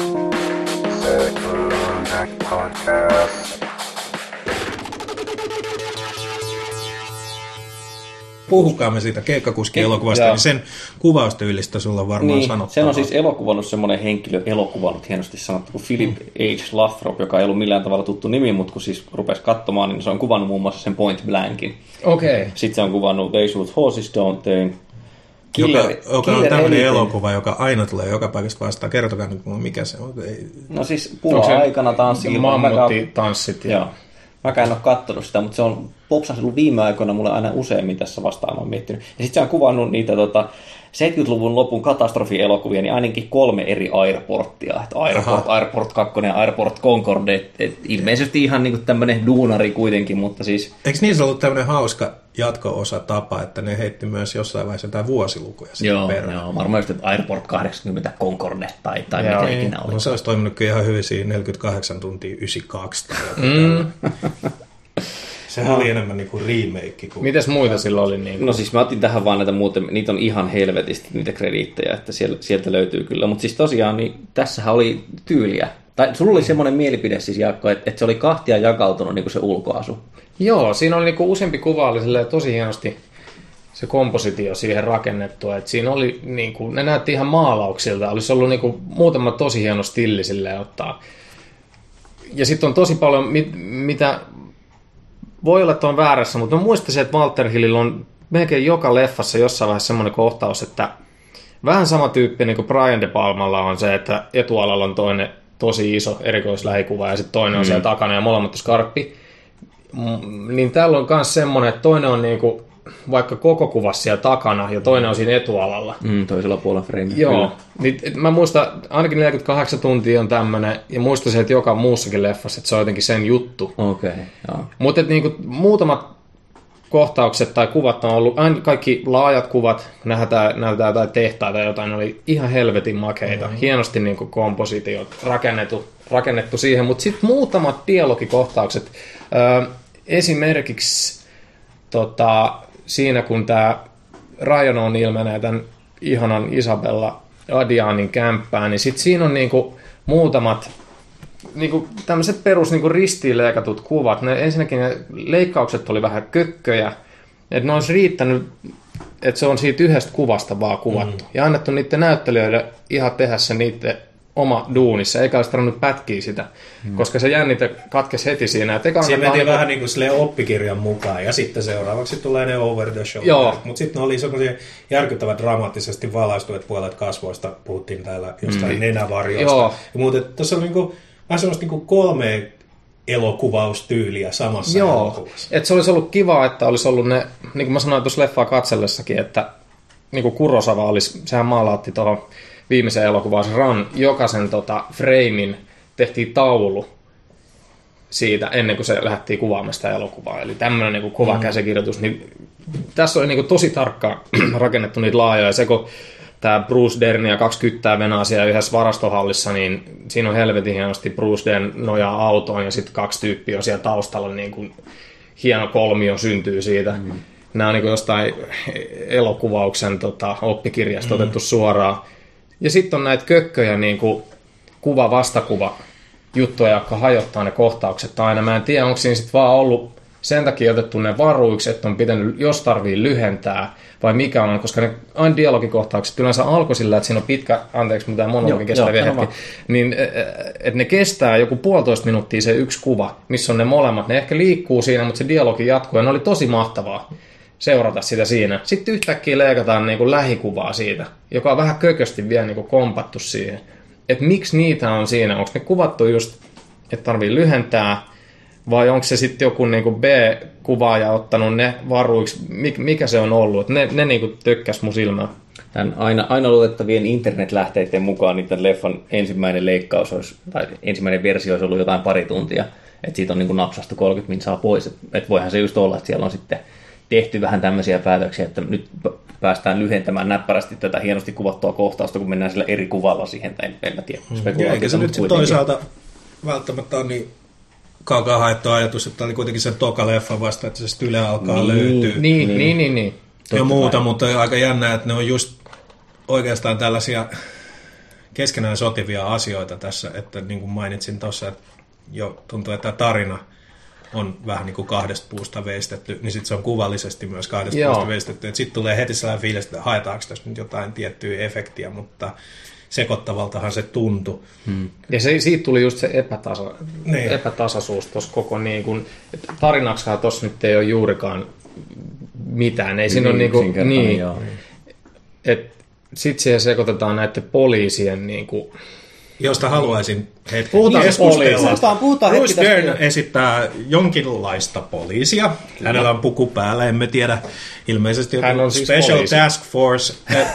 Puhukaamme siitä Keikkakuski-elokuvasta, niin sen kuvaustyylistä sulla on varmaan sanottavaa. Sen on siis elokuvannut semmoinen henkilö, elokuvannut hienosti sanottu kuin Philip H. Lathrop, joka ei ollut millään tavalla tuttu nimi, mutta kun siis rupesi katsomaan, niin se on kuvannut muun muassa sen Point Blankin. Okei. Sitten se on kuvannut They Shoot Horses Don't They. Joka on tämmöinen elokuva, joka aina tulee joka paikasta vastaan. Kertokaa nyt, mikä se on. No siis pula-aikana tanssi. Mammutti-tanssit. Joo. Mäkään en ole katsonut sitä, mutta se on popsahdellut viime aikoina mulle aina useammin tässä vastaan on miettinyt. Ja sitten se on kuvannut niitä 70-luvun lopun katastrofielokuvia, niin ainakin 3 eri Airporttia. Että Airport 2 ja Airport Concorde. Ilmeisesti ihan niin kuin tämmöinen duunari kuitenkin, mutta siis... Eikö niissä ollut tämmöinen hauska jatko-osa tapa, että ne heitti myös jossain vaiheessa jotain vuosilukuja siihen perään? Joo, varmaan just, että Airport 80 Concorde tai mitä ikinä oli. No se olisi toiminut kyllä ihan hyvin siinä 48 tuntia 92. Sehän oli enemmän niinku remake. Mites muita silloin oli? Niinku? No siis mä otin tähän vaan näitä muuten, niitä on ihan helvetisti niitä krediittejä, että sieltä löytyy kyllä. Mutta siis tosiaan, niin tässähän oli tyyliä. Tai sulla oli semmoinen mielipide siis, Jaakko, että se oli kahtia jakautunut niin kuin se ulkoasu. Joo, siinä oli niinku useampi kuva, oli tosi hienosti se kompositio siihen rakennettu. Et siinä oli, niinku, ne näytti ihan maalauksilta, olisi ollut niinku muutama tosi hieno stilli silleen ottaa. Ja sitten on tosi paljon, mitä... Voi olla, että on väärässä, mutta mä muistaisin, että Walter Hillillä on melkein joka leffassa jossain vaiheessa semmoinen kohtaus, että vähän sama tyyppi niin kuin Brian De Palmalla on se, että etualalla on toinen tosi iso erikoislähikuva ja sitten toinen on siellä takana ja molemmat on skarppi. Niin täällä on myös semmoinen, että toinen on niin kuin vaikka koko kuvassa siellä takana ja toinen on siinä etualalla. Toisella puolella frame. Joo. Niin, mä muistan, ainakin 48 tuntia on tämmönen, ja muistan että joka muussakin leffassa, että se on jotenkin sen juttu. Okei, joo. Mutta niinku, muutamat kohtaukset tai kuvat on ollut, aina kaikki laajat kuvat, näytetään jotain tehtaita tai jotain, ne oli ihan helvetin makeita. Hienosti niinku kompositiot rakennettu siihen, mutta sitten muutamat dialogikohtaukset, esimerkiksi siinä kun tämä Ryan on ilmenee tämän ihanan Isabella Adianin kämppään, niin sitten siinä on niinku muutamat niinku tämmöiset perus niinku ristiin leikatut kuvat. Ensinnäkin ne leikkaukset oli vähän kökköjä, että ne olisi riittänyt, että se on siitä yhdestä kuvasta vaan kuvattu. Ja annettu niiden näyttelijöille ihan tehdä se niiden oma duunissa, eikä olisi tarvinnut pätkiä sitä, koska se jännite katkesi heti siinä. Siinä mentiin vähän niin kuin oppikirjan mukaan, ja sitten seuraavaksi tulee ne over the shoulder. Mutta sitten oli semmoisia järkyttävän dramaattisesti valaistuneet puolet kasvoista, puhuttiin täällä jostain nenävarjoista. Ja muuten tuossa on niinku, vähän semmoista niinku 3 elokuvaustyyliä samassa elokuvassa. Et se olisi ollut kiva, että olisi ollut ne, niin kuin mä sanoin tuossa leffaa katsellessakin, että niin kuin Kurosawa olisi, sehän maalaatti tuohon viimeisen elokuvaan Run, jokaisen framein tehtiin taulu siitä ennen kuin se lähdettiin kuvaamaan sitä elokuvaa. Eli tämmöinen niin kuvakäsikirjoitus. Niin tässä oli niin kuin tosi tarkkaan rakennettu niitä laajoja. Se kun tämä Bruce Dern ja 2 kyttää venaa siellä yhdessä varastohallissa, niin siinä on helvetin hienosti Bruce Dern nojaa autoon ja sitten 2 tyyppiä on siellä taustalla, niin kuin hieno kolmio syntyy siitä. Nämä on niin kuin jostain elokuvauksen oppikirjasta otettu suoraan. Ja sitten on näitä kökköjä, niin kuin kuva-vastakuva juttuja, jotka hajottaa ne kohtaukset aina. Mä en tiedä, onko siinä sitten vaan ollut sen takia otettu ne varuiksi, että on pitänyt, jos tarvii lyhentää, vai mikä on, koska ne aina dialogikohtaukset yleensä alkoi sillä, että siinä on pitkä, anteeksi, mitä monologi kestää vielä hetki, niin että ne kestää joku 1,5 minuuttia se yksi kuva, missä on ne molemmat. Ne ehkä liikkuu siinä, mutta se dialogi jatkuu, ja ne oli tosi mahtavaa seurata sitä siinä. Sitten yhtäkkiä leikataan niin kuin lähikuvaa siitä, joka on vähän kökösti vielä niin kuin kompattu siihen. Että miksi niitä on siinä? Onko ne kuvattu just, että tarvii lyhentää, vai onko se sitten joku niin kuin B-kuvaaja ottanut ne varuiksi? Mikä se on ollut? Ne niin kuin tökkäs mun silmään. Tämän aina luotettavien internetlähteiden mukaan niin tämän leffan ensimmäinen leikkaus olisi, tai ensimmäinen versio olisi ollut jotain 2 tuntia. Että siitä on niin kuin napsastu 30 minsaa pois. Että voihan se just olla, että siellä on sitten tehty vähän tämmöisiä päätöksiä, että nyt päästään lyhentämään näppärästi tätä hienosti kuvattua kohtausta, kun mennään sillä eri kuvalla siihen, tai en mä tiedä. Eikä se nyt sitten toisaalta välttämättä on niin kaukaa haettu ajatus, että oli kuitenkin sen toka leffa vasta, että se sitten Yle alkaa löytyä. Niin. Ja muuta, mutta aika jännää, että ne on just oikeastaan tällaisia keskenään sotivia asioita tässä, että niin kuin mainitsin tuossa, että jo tuntuu, että tarina on vähän niin kuin 2 puusta veistetty, niin sitten se on kuvallisesti myös 2 puusta veistetty. Sitten tulee heti sellainen fiilis, että haetaanko tässä nyt jotain tiettyä efektiä, mutta sekoittavaltahan se tuntui. Ja siitä tuli just se epätasaisuus tuossa koko, niin kuin, tarinaksihan tuossa nyt ei ole juurikaan mitään. Ei siinä ole niin, että sitten siihen sekoitetaan näiden poliisien niin kuin, josta haluaisin hetken keskustella. Puhutaan Bruce Dern esittää jonkinlaista poliisia. Hänellä on puku päällä, emme tiedä. Ilmeisesti joku siis Special poliisi. Task Force.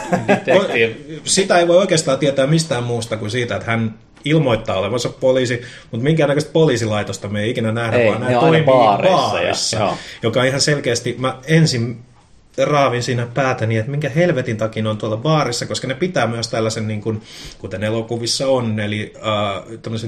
Sitä ei voi oikeastaan tietää mistään muusta kuin siitä, että hän ilmoittaa olevansa poliisi, mutta minkäännäköistä poliisilaitosta me ei ikinä nähdä, vaan nämä toimii baarissa, joka on ihan selkeästi, mä ensin raavin siinä päätäni, että minkä helvetin takia ne on tuolla baarissa, koska ne pitää myös tällaisen, niin kuin, kuten elokuvissa on, eli tämmöisen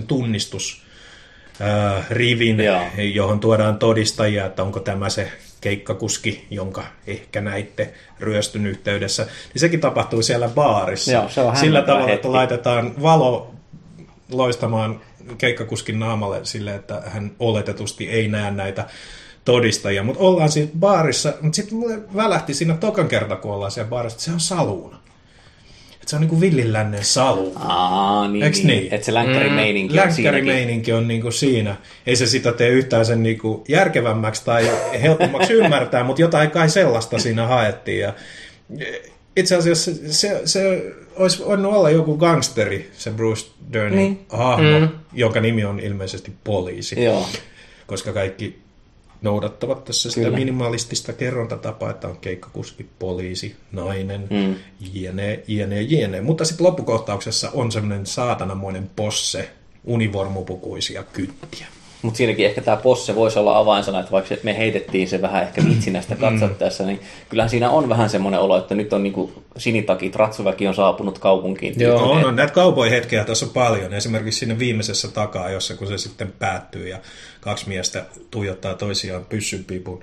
tunnistusrivin, johon tuodaan todistajia, että onko tämä se keikkakuski, jonka ehkä näitte ryöstyn yhteydessä. Niin sekin tapahtuu siellä baarissa. Joo, sillä tavalla, että laitetaan valo loistamaan keikkakuskin naamalle sille, että hän oletetusti ei näe näitä todistajia, mutta ollaan siinä baarissa, mutta sitten mulle välähti siinä tokan kerta, kun ollaan siellä baarissa, että se on saluuna. Että se on niinku villin lännen saluuna. Niin. Että se länkkärimeininki on siinäkin. Länkkärimeininki on niinku siinä. Ei se sitä tee yhtään sen niinku järkevämmäksi tai helpommaksi ymmärtää, mutta jotain kai sellaista siinä haettiin. Ja itse asiassa se olisi voinut olla joku gangsteri, se Bruce Dernin hahmo, jonka nimi on ilmeisesti poliisi. Joo. Koska kaikki noudattavat tässä sitä minimalistista kerrontatapaa, että on keikkakuski, poliisi, nainen, jne. Mutta sitten loppukohtauksessa on semmoinen saatanamoinen posse, univormupukuisia kyttiä. Mutta siinäkin ehkä tämä posse voisi olla avainsana, että vaikka me heitettiin se vähän ehkä vitsinästä katsottaessa, niin kyllähän siinä on vähän semmoinen olo, että nyt on niinku sinitakit, ratsuväki on saapunut kaupunkiin. Joo, on näitä kaupoihetkiä tässä on paljon. Esimerkiksi siinä viimeisessä takaa, jossa kun se sitten päättyy ja kaksi miestä tuijottaa toisiaan pyssynpiipun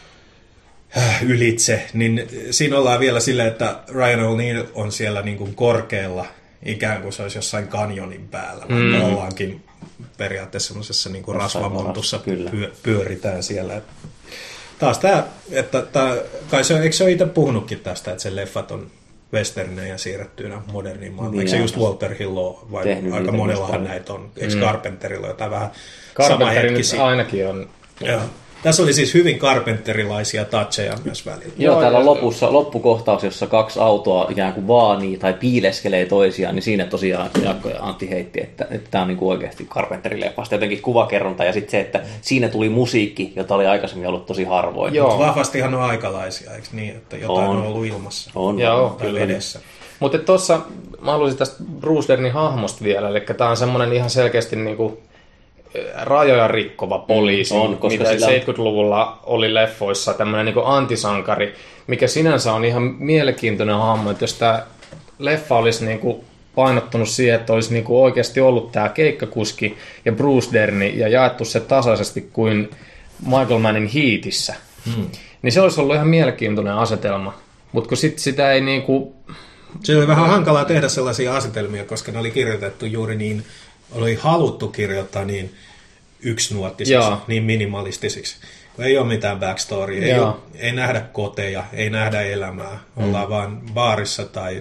ylitse, niin siinä ollaan vielä silleen, että Ryan O'Neal on siellä niin kuin korkealla, ikään kuin se olisi jossain kanjonin päällä, vaikka ollaankin periaatteessa semmoisessa niin kuin rasvamontussa pyöritään siellä. Taas tämä, että kai se, eikö se ole itse puhunutkin tästä, että se leffat on westernejä siirrettyinä moderniin maailmaan. Niin, eikö se just Walter Hill ole, vai aika monellahan näitä on? Eikö Carpenterilla jotain vähän samahetkisiä? Ainakin on. Joo. Tässä oli siis hyvin carpenterilaisia toucheja myös välillä. Joo, täällä on loppukohtaus, jossa kaksi autoa ikään kuin vaanii tai piileskelee toisiaan, niin siinä tosiaan Jaakko ja Antti heitti, että tämä on niin kuin oikeasti Carpenter-leffasta jotenkin kuvakerronta, ja sitten se, että siinä tuli musiikki, jota oli aikaisemmin ollut tosi harvoin. Joo. Vahvastihan on aikalaisia, eikö niin, että jotain on ollut ilmassa? Joo, kyllä edessä. Mutta tuossa mä haluaisin tästä Bruce Dernin hahmosta vielä, eli tämä on semmoinen ihan selkeästi niinku rajoja rikkova poliisi, mitä 70-luvulla oli leffoissa, tämmöinen niin antisankari, mikä sinänsä on ihan mielenkiintoinen hahmo, että jos tämä leffa olisi niin kuin painottunut siihen, että olisi niin kuin oikeasti ollut tämä keikkakuski ja Bruce Derni ja jaettu se tasaisesti kuin Michael Mannin Heatissä, niin se olisi ollut ihan mielenkiintoinen asetelma, mutta kun sitä ei niin kuin... Se oli vähän hankalaa tehdä sellaisia asetelmia, koska ne oli kirjoitettu juuri niin, oli haluttu kirjoittaa niin yksinuottisiksi, niin minimalistisiksi. Kun ei ole mitään backstorya, ei nähdä koteja, ei nähdä elämää. Ollaan vaan baarissa tai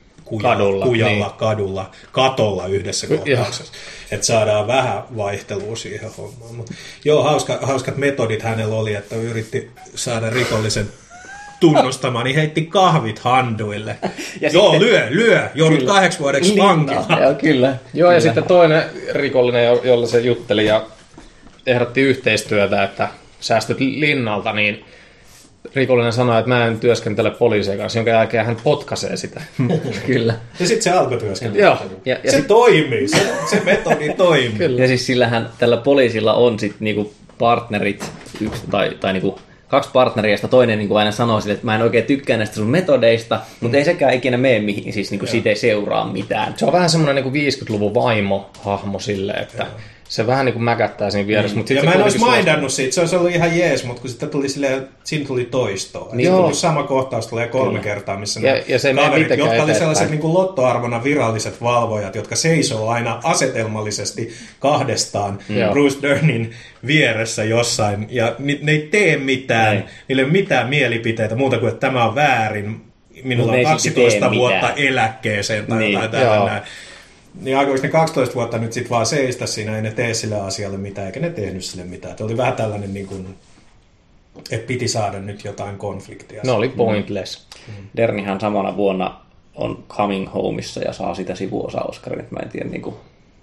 kadulla, katolla yhdessä kohtauksessa. Että saadaan vähän vaihtelua siihen hommaan. Joo, hauskat metodit hänellä oli, että yritti saada rikollisen tunnustamaan, niin heitti kahvit handuille. Ja joo, sitten, lyö, joudut 8 vuodeksi vankilaan. Joo, kyllä. Joo, ja sitten toinen rikollinen, jolla se jutteli ja ehdotti yhteistyötä, että säästyt linnalta, niin rikollinen sanoi, että mä en työskentele poliisien kanssa, jonka jälkeen hän potkaisee sitä. Kyllä. Ja sitten se alkoi työskentellä. Joo. Se toimii, se metodi toimii. Kyllä. Ja siis sillähän tällä poliisilla on sitten niinku partnerit, tai niinku 2 partneria, josta toinen niin kuin aina sanoo sille, että mä en oikein tykkää näistä sun metodeista, mutta ei sekään ikinä mene mihin, siis niin kuin siitä ei seuraa mitään. Se on vähän semmoinen niin 50-luvun vaimo-hahmo silleen, että se vähän niin kuin mäkättää siinä vieressä. Ja mä en olisi maindannut siitä, se olisi ollut ihan jees, mutta kun sitten tuli silleen, siinä tuli toistoa. Niin tuli sama kohtaus, tulee 3 kertaa, missä ja se kaverit, jotka oli sellaiset niin kuin lottoarvona viralliset valvojat, jotka seisoo aina asetelmallisesti kahdestaan Bruce Dernin vieressä jossain, ja ne ei tee mitään, niillä ei ole mitään mielipiteitä muuta kuin, että tämä on väärin, minulla on 12 vuotta eläkkeeseen tai jotain tällainen. Niin aikoiko ne 12 vuotta nyt sitten vaan seistä siinä, ei ne tee sille asialle mitään, eikä ne tehnyt sille mitään. Että oli vähän tällainen, niin kuin, että piti saada nyt jotain konfliktia. Ne oli pointless. Dernihan samana vuonna on Coming Homeissa ja saa sitä sivuosa-Oscarin, että mä en tiedä niin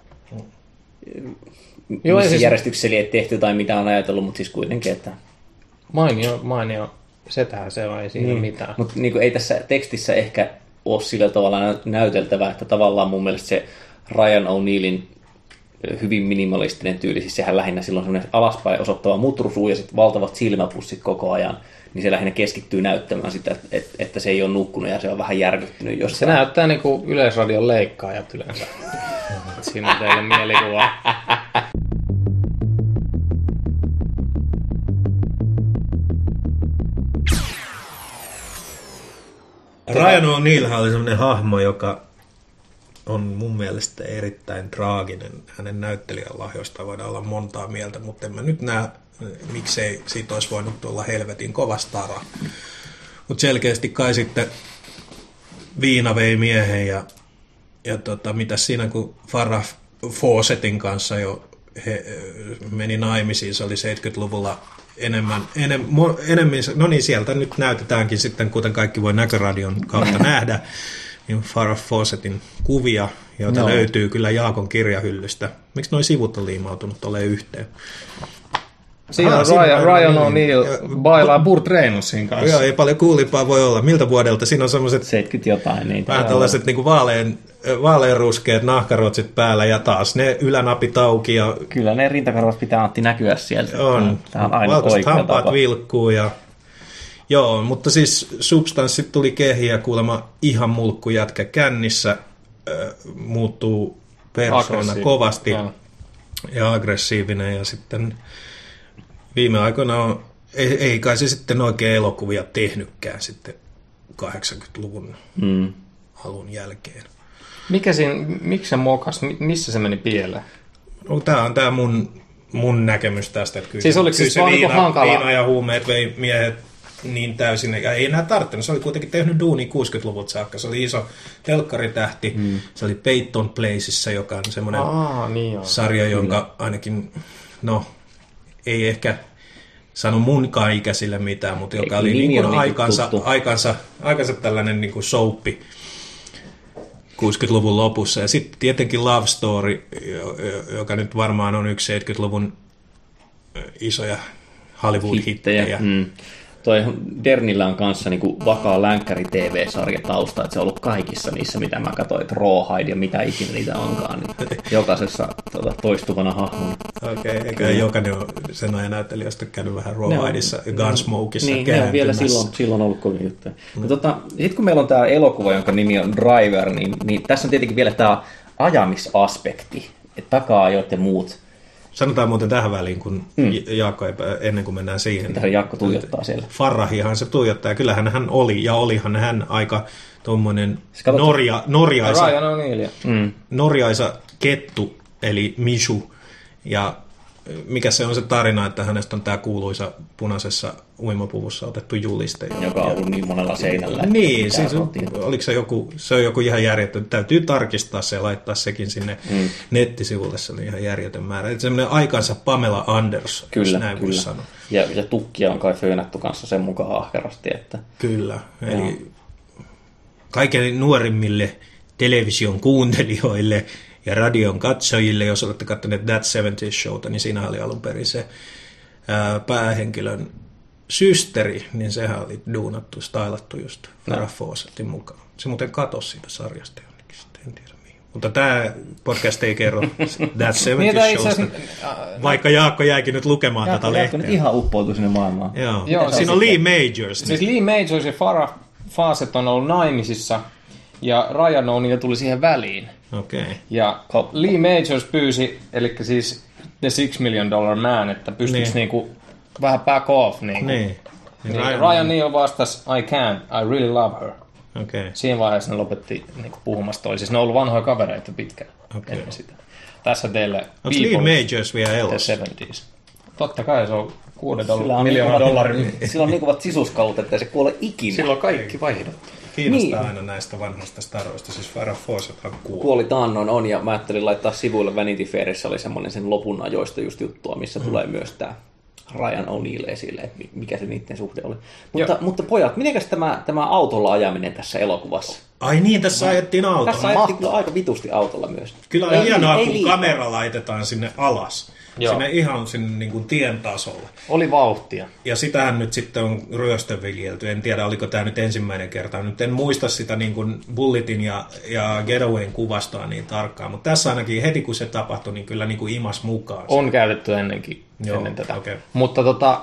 missä siis järjestyksessä ei tehty tai mitä on ajatellut, mutta siis kuitenkin, että... Mainio. Setähän se on, ei siinä mitään. Mutta niin ei tässä tekstissä ehkä ole sillä tavalla näyteltävää, että tavallaan mun mielestä se Ryan O'Nealin hyvin minimalistinen tyyli, siis sehän lähinnä silloin semmoinen alaspäin osoittava mutrusuu ja sitten valtavat silmäpussit koko ajan, niin se lähinnä keskittyy näyttämään sitä, että se ei ole nukkunut ja se on vähän järkyttynyt jostain. Se näyttää niin kuin Yleisradion leikkaajat yleensä. Siinä on teille mielikuva. Ryan O'Neal oli semmoinen hahmo, joka on mun mielestä erittäin traaginen. Hänen näyttelijän lahjoista voidaan olla montaa mieltä, mutta en mä nyt näe, miksei siitä olisi voinut tulla helvetin kova stara. Mutta selkeästi kai sitten viina vei miehen ja mitäs siinä kun Farrah Fawcettin kanssa jo he meni naimisiin, se oli 70-luvulla enemmän, no niin sieltä nyt näytetäänkin sitten, kuten kaikki voi Näköradion kautta nähdä, niin Farrah Fawcettin kuvia, joita löytyy kyllä Jaakon kirjahyllystä. Miksi nuo sivut on liimautunut olemaan yhteen? Siinä on Ryan O'Neal bailaa Burt Reynoldsin kanssa. Joo, ei paljon kuulimpaa voi olla. Miltä vuodelta? Siinä on semmoiset 70 jotain. Niin vähän tällaiset niin vaaleanruskeat nahkaruotsit päällä ja taas ne ylänapit auki. Ja kyllä ne rintakarvat pitää Antti näkyä sieltä. On. Tämä on aina valkoiset oikea hampaat tapa. vilkkuu ja joo, mutta siis substanssit tuli kehiä kuulemma ihan mulkkujätkä kännissä, muuttuu persoona kovasti ja aggressiivinen ja sitten viime aikoina ei kai se sitten oikein elokuvia tehnytkään sitten 80-luvun alun jälkeen. Miksi se mokas? Missä se meni pieleen? No, tämä on tämä mun näkemys tästä. Että kyllä siis oliko kyllä se vaan niin hankala? Viina ja huumeet vei miehet niin täysin, ja ei enää tarttunut. Se oli kuitenkin tehnyt duunia 60-luvulta saakka. Se oli iso telkkaritähti. Se oli Peyton Placeissa, joka on semmoinen sarja, jonka ainakin, no, ei ehkä sano munkaan ikäisille mitään, mutta joka oli niin kuin aikansa tällainen niin kuin soappi 60-luvun lopussa. Ja sitten tietenkin Love Story, joka nyt varmaan on yksi 70-luvun isoja Hollywood-hittejä. Toi Dernillä on kanssa niinku vakaa länkkäri TV-sarja tausta, että se on ollut kaikissa niissä, mitä mä katsoin, että Rawhide ja mitä ikinä niitä onkaan, niin jokaisessa toistuvana hahmona. Okei, eikä jokainen ole sen ajan näyttelijöistä käynyt vähän Rawhideissa ja Gunsmokeissa niin, ne on vielä silloin ollut kovin juttuja. Sitten kun meillä on tämä elokuva, jonka nimi on Driver, niin tässä on tietenkin vielä tämä ajamisaspekti, että takaa-ajot ja muut. Sanotaan muuten tähän väliin, kun Jaakko, ennen kuin mennään siihen. Mitähän Jaakko tuijottaa siellä? Farrahihan se tuijottaa, ja kyllähän hän oli, ja olihan hän aika tuommoinen norjaisa kettu, eli Mishu. Ja mikä se on se tarina, että hänestä on tämä kuuluisa punaisessa uimapuvussa otettu juliste. Joka on ollut niin monella seinällä. Niin, siis oliko se on joku ihan järjetön. Täytyy tarkistaa se ja laittaa sekin sinne nettisivulle. Se oli ihan järjetön määrä. Eli semmoinen aikansa Pamela Anderson, jos näin voi sanoa. Ja tukkia on kai föönätty kanssa sen mukaan ahkerasti. Että kyllä, eli kaiken nuorimmille television kuuntelijoille ja radion katsojille, jos olette katsoneet That 70's Showta, niin siinä oli alun perin se päähenkilön systeri, niin sehän oli duunattu, stylattu just Farrah Fawcettin mukaan. Se muuten katosi siitä sarjasta jonnekin, en tiedä mihin. Mutta tämä podcast ei kerro That 70's Showsta, vaikka Jaakko jäikin nyt lukemaan tätä lehteä. Jaakko nyt ihan uppoutu sinne maailmaan. Joo, siinä on Lee Majors. Siis Lee Majors ja Farrah Fawcett on ollut naimisissa, ja Ryan O'Neal tuli siihen väliin. Okay. Ja Lee Majors pyysi, eli siis The $6 Million Man, että pystyisi niinku vähän back off. Niinku. Niin Ryan O'Neal vastasi, I can't, I really love her. Okay. Siinä vaiheessa ne lopetti niinku puhumasta toisissa. Ne on ollut vanhoja kavereita pitkään ennen sitä. Tässä teille onko Lee Majors vielä elossa? The 70s. Totta kai se on $6 miljoonaa. Sillä on niin kovat sisuskalut, että se kuole ikinä. Silloin kaikki vaihdottu. Kiinnostaa aina näistä vanhoista staroista, siis Farrah Fawcetthan kuoli taannoin on, ja mä ajattelin laittaa sivuille Vanity Fairissa oli semmoinen sen lopun ajoista just juttua, missä tulee myös tämä Ryan O'Neal esille, että mikä se niiden suhde oli. Mutta pojat, mitenkäs tämä autolla ajaminen tässä elokuvassa? Ai niin, tässä ajettiin autolla. Tässä ajettiin kyllä aika vitusti autolla myös. Kyllä on hienoa, kun kamera laitetaan sinne alas. Sinne ihan sinne niin kuin tien tasolle. Oli vauhtia. Ja sitähän nyt sitten on ryöstöviljelty. En tiedä, oliko tämä nyt ensimmäinen kerta. Nyt en muista sitä niin kuin Bulletin ja Getawayn kuvastoa niin tarkkaan. Mutta tässä ainakin heti kun se tapahtui, niin kyllä niin kuin imas mukaan. On käytetty ennenkin ennen tätä. Okay. Mutta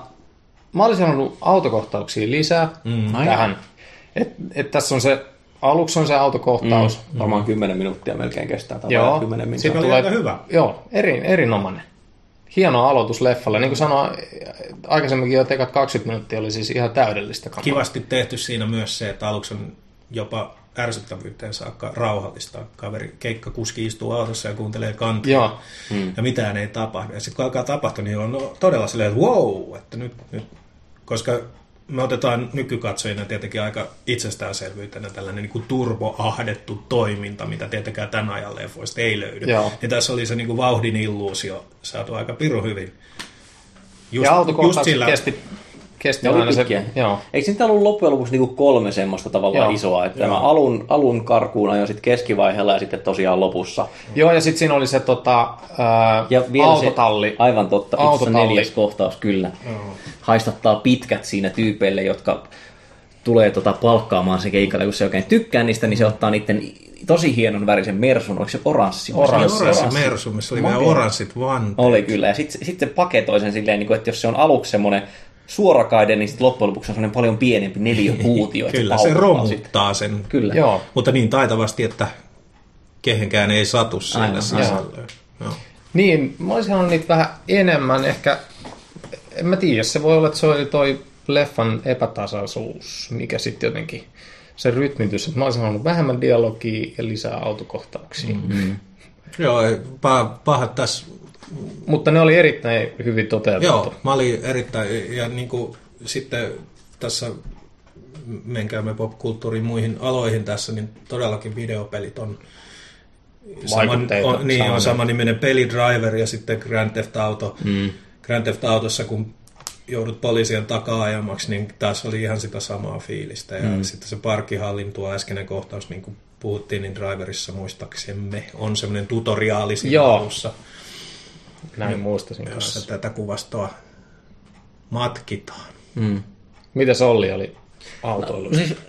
mä olisin halunnut autokohtauksia lisää tähän. Tässä on se, aluksi on se autokohtaus. Varmaan 10 minuuttia melkein kestää. Joo. 10 minuuttia. Siitä oli aika hyvä. Joo, erinomainen. Hieno aloitus leffalle. Niin kuin sanoin aikaisemminkin jo, ekat 20 minuuttia oli siis ihan täydellistä kamaa. Kivasti tehty siinä myös se, että aluksi on jopa ärsyttävyyteen saakka rauhallista. Kaveri keikkakuski istuu autossa ja kuuntelee kantia. Ja mitään ei tapahdu. Ja sitten kun alkaa tapahtua, niin on todella silleen, että wow, että nyt. Koska me otetaan nykykatsojina tietenkin aika itsestäänselvyytenä tällainen niin kuin turboahdettu toiminta, mitä tietenkään tämän ajan leffoista ei löydy. Joo. Ja tässä oli se niin kuin vauhdin illuusio saatu aika pirun hyvin. Ja autokohtaukset kesti kesti Ne oli aina se, pitkiä. joo. Eikö niitä ollut loppujen lopuksi niinku 3 semmoista tavallaan Joo. isoa, että Joo. tämä alun karkuun ajo sitten keskivaiheella ja sitten tosiaan lopussa. Joo, ja sitten siinä oli se Ja vielä autotalli. Se, aivan totta, itse asiassa Autotalli. 4. kohtaus kyllä. Haistattaa pitkät siinä tyypeille, jotka tulee palkkaamaan se keikalle, kun se oikein tykkää niistä, niin se ottaa niiden tosi hienon värisen mersun, oliko se oranssi? Oranssi. Oranssi mersu, missä oli vielä oranssit vanteet. Oli kyllä, ja sitten se paketoi sen silleen, että jos se on aluksi semmoinen suorakaide, niin sitten loppujen lopuksi on semmoinen paljon pienempi neliöpuutio. että Kyllä, se paukuttaa romuttaa sen. Kyllä. Joo. Mutta niin taitavasti, että kehenkään ei satu siellä Aivan, sisällä. Joo. Niin, mä olisin halunnut niitä vähän enemmän, ehkä, en mä tiedä, se voi olla, että se oli toi leffan epätasaisuus, mikä sitten jotenkin, se rytmitys, että mä olisin halunnut vähemmän dialogia ja lisää autokohtauksia. Joo, pahat tässä. Mutta ne oli erittäin hyvin toteutettu. Joo, mä olin erittäin, ja niin kuin sitten tässä menkäämme popkulttuuriin muihin aloihin tässä, niin todellakin videopelit on on samaniminen peli Driver ja sitten Grand Theft Auto. Grand Theft Autossa, kun joudut poliisien takaa ajamaksi, niin tässä oli ihan sitä samaa fiilistä. Ja sitten se parkkihallin tuo äskeinen kohtaus, niin kuin puhuttiin, niin Driverissa muistaaksemme on semmoinen tutoriaali siinä alussa. Näin muistasin jossa kanssa. tätä kuvastoa matkitaan. Mitäs Olli oli autoilu? No, siis,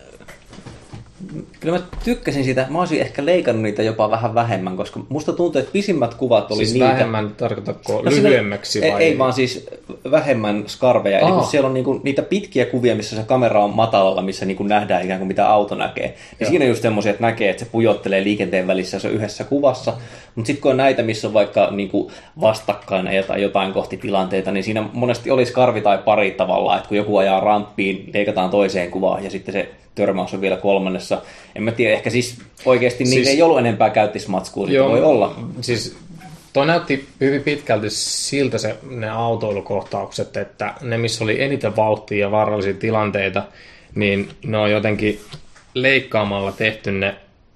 kyllä mä tykkäsin siitä. Mä olisin ehkä leikannut niitä jopa vähän vähemmän, koska musta tuntuu, että pisimmät kuvat oli siis niitä. vähemmän, tarkoitatko lyhyemmäksi vai? Ei, vaan siis vähemmän skarveja. Eli kun siellä on niinku niitä pitkiä kuvia, missä se kamera on matalalla, missä niinku nähdään ikään kuin mitä auto näkee. Ja siinä on just semmoisia, että näkee, että se pujottelee liikenteen välissä, se on yhdessä kuvassa. Mutta sitten kun on näitä, missä on vaikka niinku vastakkain tai jotain kohti tilanteita, niin siinä monesti olisi skarvi tai pari tavallaan, että kun joku ajaa ramppiin, leikataan toiseen kuvaan ja sitten se törmäys on vielä 3. En mä tiedä, ehkä siis oikeasti niin ei ollut enempää käyttismatskua, siitä voi olla. Siis toi näytti hyvin pitkälti siltä ne autoilukohtaukset, että ne missä oli eniten vauhtia ja vaarallisia tilanteita, niin ne on jotenkin leikkaamalla tehty ne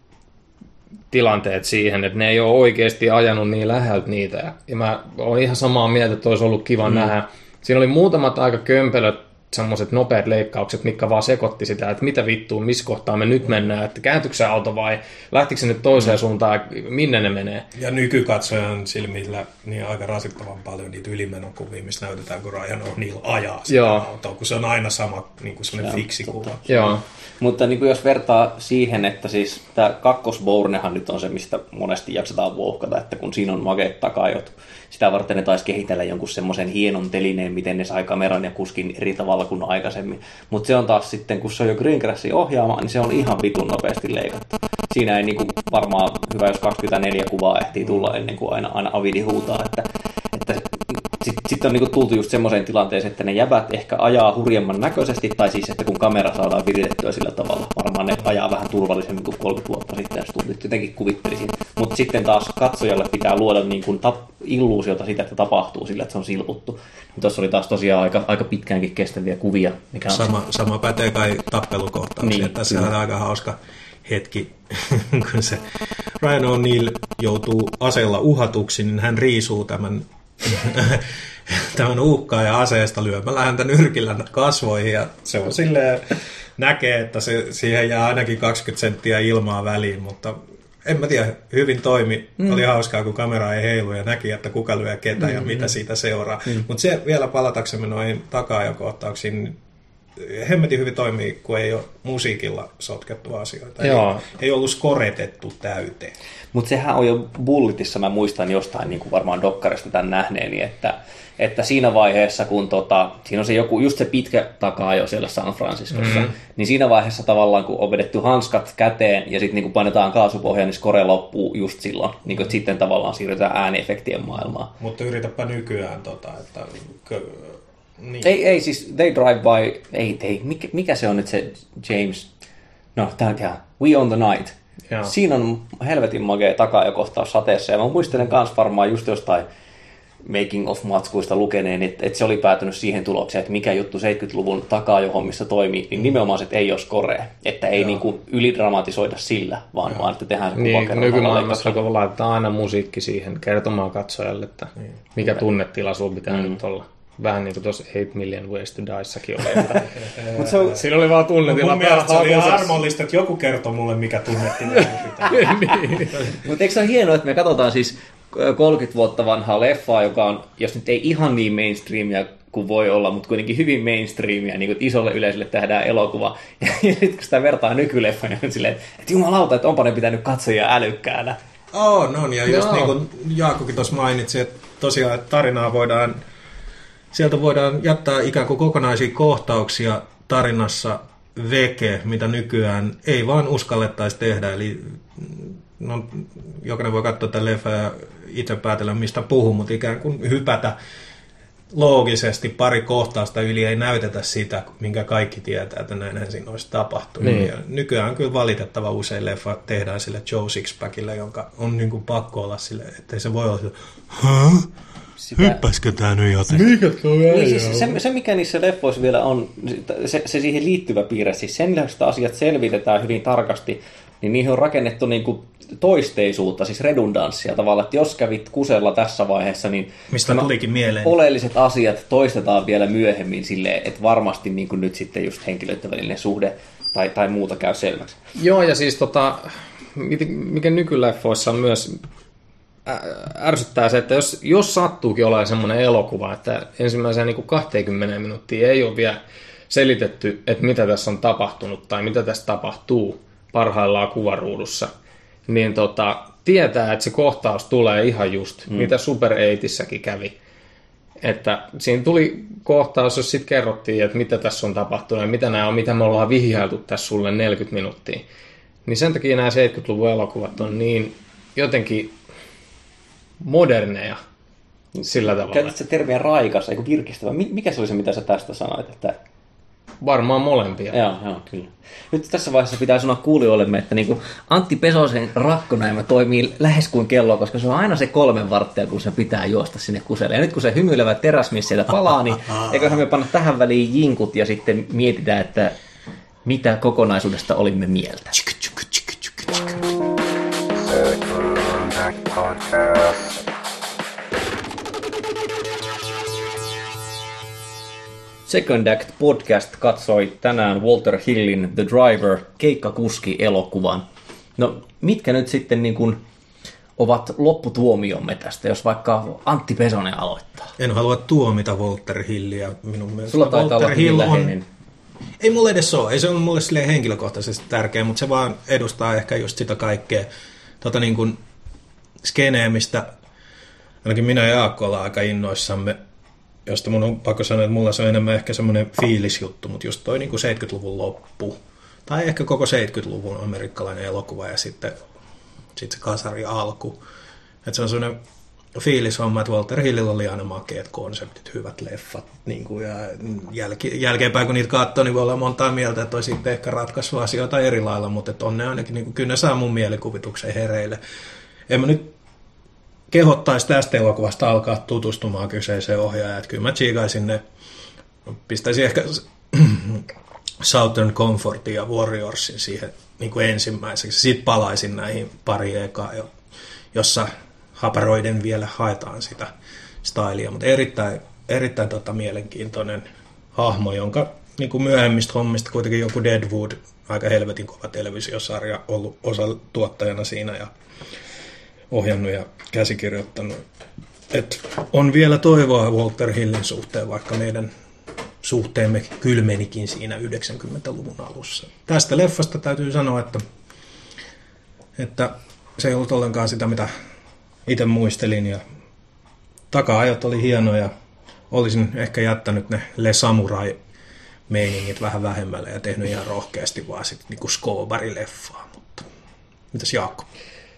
tilanteet siihen, että ne ei ole oikeasti ajanut niin läheltä niitä. Ja mä oon ihan samaa mieltä, että olisi ollut kiva nähdä. Siinä oli muutamat aika kömpelöt semmoiset nopeat leikkaukset, mitkä vaan sekoitti sitä, että mitä vittua, missä kohtaa me nyt mennään, että kääntyykö se auto vai lähtikö se nyt toiseen suuntaan, minne ne menee. Ja nykykatsojan silmillä niin aika rasittavan paljon niitä ylimenokuvia, missä näytetään, kun Ryan O'Neal ajaa sitä autoa, kun se on aina sama niin kuin semmoinen fiksi kuva. Joo. Mutta niin kuin jos vertaa siihen, että siis tämä kakkosbournehan nyt on se, mistä monesti jaksetaan vouhkata, että kun siinä on makeet takajot, sitä varten ne taisi kehitellä jonkun semmoisen hienon telineen, miten ne sai kameran ja kuskin eri tavalla kuin aikaisemmin. Mutta se on taas sitten, kun se on jo Green Grassin ohjaama, niin se on ihan vitun nopeasti leikattu. Siinä ei niin kuin varmaan hyvä, jos 24 kuvaa ehtii tulla ennen kuin aina avidi huutaa, että sitten on niinku tultu just semmoiseen tilanteeseen, että ne jäbät ehkä ajaa hurjemman näköisesti, tai siis, että kun kamera saadaan viritettyä sillä tavalla, varmaan ne ajaa vähän turvallisemmin kuin 30 vuotta sitten, jos tuntit jotenkin kuvittelisin. Mutta sitten taas katsojalle pitää luoda niinku illuusiota siitä, että tapahtuu sillä, että se on silvuttu. Tuossa oli taas tosiaan aika pitkäänkin kestäviä kuvia. Mikä on sama pätee kai tappelukohtauksiin. Niin, tässä on aika hauska hetki, kun se Ryan O'Neal joutuu aseella uhatuksi, niin hän riisuu tämän uhkaajan aseesta lyömällä häntä nyrkillä kasvoihin, ja se on silleen, näkee, että siihen jää ainakin 20 senttiä ilmaa väliin, mutta en mä tiedä, hyvin toimi. Oli hauskaa, kun kamera ei heilu ja näki, että kuka lyö ketä ja mitä siitä seuraa. Mutta se vielä palataksemme noihin taka-ajokohtauksiin, niin hemmetin hyvin toimii, kun ei ole musiikilla sotkettu asioita. Ei ollut skoretettu täyteen. Mutta sehän on jo Bulletissa, mä muistan jostain niin kuin varmaan dokkarista tämän nähneeni, että siinä vaiheessa, kun siinä on se joku, just se pitkä taka-ajo siellä San Franciscossa, niin siinä vaiheessa tavallaan, kun on vedetty hanskat käteen ja sitten niin painetaan kaasupohjaan, niin skore loppuu just silloin. Niin kuin, sitten tavallaan siirrytään ääniefektien maailmaan. Mutta yritäpä nykyään että niin. Ei siis They Drive By, mikä se on nyt se James, no tää We Own the Night. Joo. Siinä on helvetin makea taka-ajokohtaus sateessa, ja mä muistelen kans varmaan just jostain making of matskuista lukeneen, että se oli päätynyt siihen tulokseen, että mikä juttu 70-luvun taka-ajohommissa toimii, niin nimenomaan se, että ei ole skoree, että ei niinku ylidramatisoida sillä, vaan että tehdään se kuva niin, nykymaailmassa kun laitetaan aina musiikki siihen kertomaan katsojalle, että mikä tunnetila sulla pitää nyt olla. Vähän niin kuin tuossa 8 Million Ways to Diessakin oli. Siinä oli vaan tunnetila. Mun mielestä se oli ihan harmollista, että joku kertoo mulle, mikä tunnetila pitää. Niin. Mutta eikö se ole hienoa, että me katsotaan siis 30 vuotta vanhaa leffaa, joka on, jos nyt ei ihan niin mainstreamia kuin voi olla, mutta kuitenkin hyvin mainstreamia, niin kuin isolle yleisölle tehdään elokuva. Ja nyt kun sitä vertaa nykyleffaan, niin on silleen, että jumalauta, että onpa ne pitänyt katsojia älykkäänä. No, ja just niin kuin Jaakkokin tuossa mainitsi, että tosiaan että tarinaa sieltä voidaan jättää ikään kuin kokonaisia kohtauksia tarinassa veke, mitä nykyään ei vaan uskallettaisi tehdä. Eli no, jokainen voi katsoa tämän leffan ja itse päätellä, mistä puhuu, mutta ikään kuin hypätä loogisesti pari kohtausta yli ei näytetä sitä, minkä kaikki tietää, että näinhän siinä olisi tapahtunut. Niin. Ja nykyään kyllä valitettava usein leffa tehdään sille Joe Sixpackille, jonka on niin kuin pakko olla sille, ettei se voi olla sille, hyppäskö tää nyt jotenkin? Mikä tuo niin, siis se, mikä niissä leffoissa vielä on, se siihen liittyvä piirre, siis sen lisäksi, että asiat selvitetään hyvin tarkasti, niin niihin on rakennettu niin kuin toisteisuutta, siis redundanssia tavallaan, että jos kävit kusella tässä vaiheessa, niin mistä tulikin mieleen oleelliset asiat toistetaan vielä myöhemmin silleen, että varmasti niin kuin nyt sitten just henkilöiden välinen suhde tai muuta käy selväksi. Joo, ja siis mikä nykyleffoissa on myös ärsyttää se, että jos sattuukin olemaan semmoinen elokuva, että ensimmäisenä niin kuin 20 minuuttia ei ole vielä selitetty, että mitä tässä on tapahtunut tai mitä tässä tapahtuu parhaillaan kuvaruudussa, niin tietää, että se kohtaus tulee ihan just, mitä Super 8:ssäkin kävi. Että siinä tuli kohtaus, jos sitten kerrottiin, että mitä tässä on tapahtunut ja mitä nämä on, mitä me ollaan vihjailtu tässä sulle 40 minuuttia. Niin sen takia nämä 70-luvun elokuvat on niin jotenkin moderneja sillä tavalla. Käytät se termiä raikas, eikö virkistävä? Mikä se oli se, mitä sä tästä sanoit? Että varmaan molempia. Joo, kyllä. Nyt tässä vaiheessa pitää sanoa kuulijoillemme, että niin kuin Antti Pesosen rakkonäimä toimii lähes kuin kello, koska se on aina se 3 varttia, kun se pitää juosta sinne kuselle. Ja nyt kun se hymyilevä teräsmies sieltä palaa, niin eiköhän me panna tähän väliin jinkut ja sitten mietitään, että mitä kokonaisuudesta olimme mieltä. Second Act Podcast katsoi tänään Walter Hillin The Driver keikkakuski-elokuvan. No, mitkä nyt sitten niin kuin ovat lopputuomiomme tästä, jos vaikka Antti Pesonen aloittaa? En halua tuomita Walter Hillia. Minun mielestä sulla taitaa olla hyvin läheinen. Ei mulle edes ole. Ei se ole mulle silleen henkilökohtaisesti tärkeä, mutta se vaan edustaa ehkä just sitä kaikkea niin kuin skeneä, mistä ainakin minä ja Jaakko ollaan aika innoissamme, josta mun on pakko sanoa, että mulla se on enemmän ehkä semmoinen fiilisjuttu, mutta just toi niin kuin 70-luvun loppu, tai ehkä koko 70-luvun amerikkalainen elokuva ja sitten se kasari alku. Että se on semmoinen fiilishomma, että Walter Hillillä oli aina makeat konseptit, hyvät leffat, niin kuin, ja jälkeenpäin kun niitä katsoo, niin voi olla montaa mieltä, että olisi sitten ehkä ratkaissut asioita eri lailla, mutta että on ne ainakin, niin kuin, kyllä ne saa mun mielikuvituksen hereille. En mä nyt kehottaisi tästä elokuvasta alkaa tutustumaan kyseiseen ohjaajaan, että kyllä mä tsiikaisin ne, pistäisin ehkä Southern Comfortin ja Warriorsin siihen niin kuin ensimmäiseksi, sitten palaisin näihin pari ekaa, jossa haparoiden vielä haetaan sitä stylia, mutta erittäin mielenkiintoinen hahmo, jonka niin kuin myöhemmistä hommista kuitenkin joku Deadwood, aika helvetin kova televisiosarja, ollut osatuottajana siinä ja ohjannut ja käsikirjoittanut. Et on vielä toivoa Walter Hillin suhteen, vaikka meidän suhteemme kylmenikin siinä 90-luvun alussa. Tästä leffasta täytyy sanoa, että se ei ollut ollenkaan sitä, mitä itse muistelin. Ja taka-ajat oli hienoja. Olisin ehkä jättänyt ne Le Samurai-meiningit vähän vähemmälle ja tehnyt ihan rohkeasti vaan sitten niinku Scobari-leffaa. Mutta mitäs Jaakko?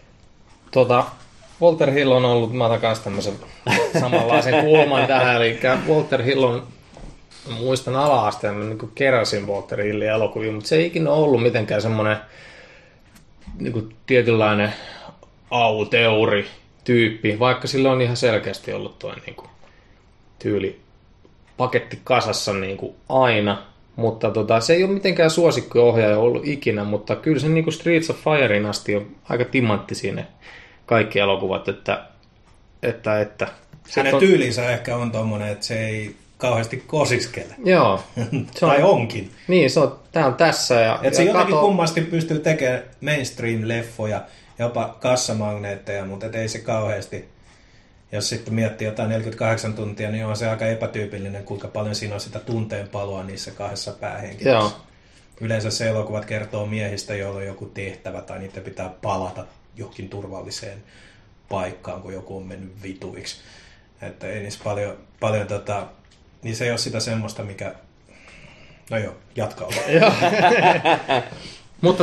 Walter Hill on ollut, mä otan kanssa tämmöisen samanlaisen kulman tähän, eli Walter Hill on, muistan ala-asteen, mä niin keräsin Walter Hillin elokuvia, mutta se ei ikinä ollut mitenkään semmoinen niin tietynlainen auteuri-tyyppi, vaikka sillä on ihan selkeästi ollut tuo niin tyyli paketti kasassa niin kuin aina, mutta se ei ole mitenkään suosikkiohjaaja ollut ikinä, mutta kyllä se niin Streets of Firein asti on aika timantti siinä kaikki elokuvat, että. Hänen tyylinsä ehkä on tommonen, että se ei kauheasti kosiskele. Joo. Tai onkin. Niin, tää on tässä. Ja se jotenkin kummasti pystyy tekemään mainstream-leffoja, jopa kassamagneetteja, mutta ei se kauheasti. Jos sitten miettii jotain 48 tuntia, niin on se aika epätyypillinen, kuinka paljon siinä on sitä tunteenpaloa niissä kahdessa päähenkilössä. Yleensä se elokuvat kertoo miehistä, joilla on joku tehtävä tai niiden pitää palata johonkin turvalliseen paikkaan, kun joku on mennyt vituiksi. Että ei niissä paljon niin se ei ole sitä semmoista, mikä... No joo, jatkaa vaan. Mutta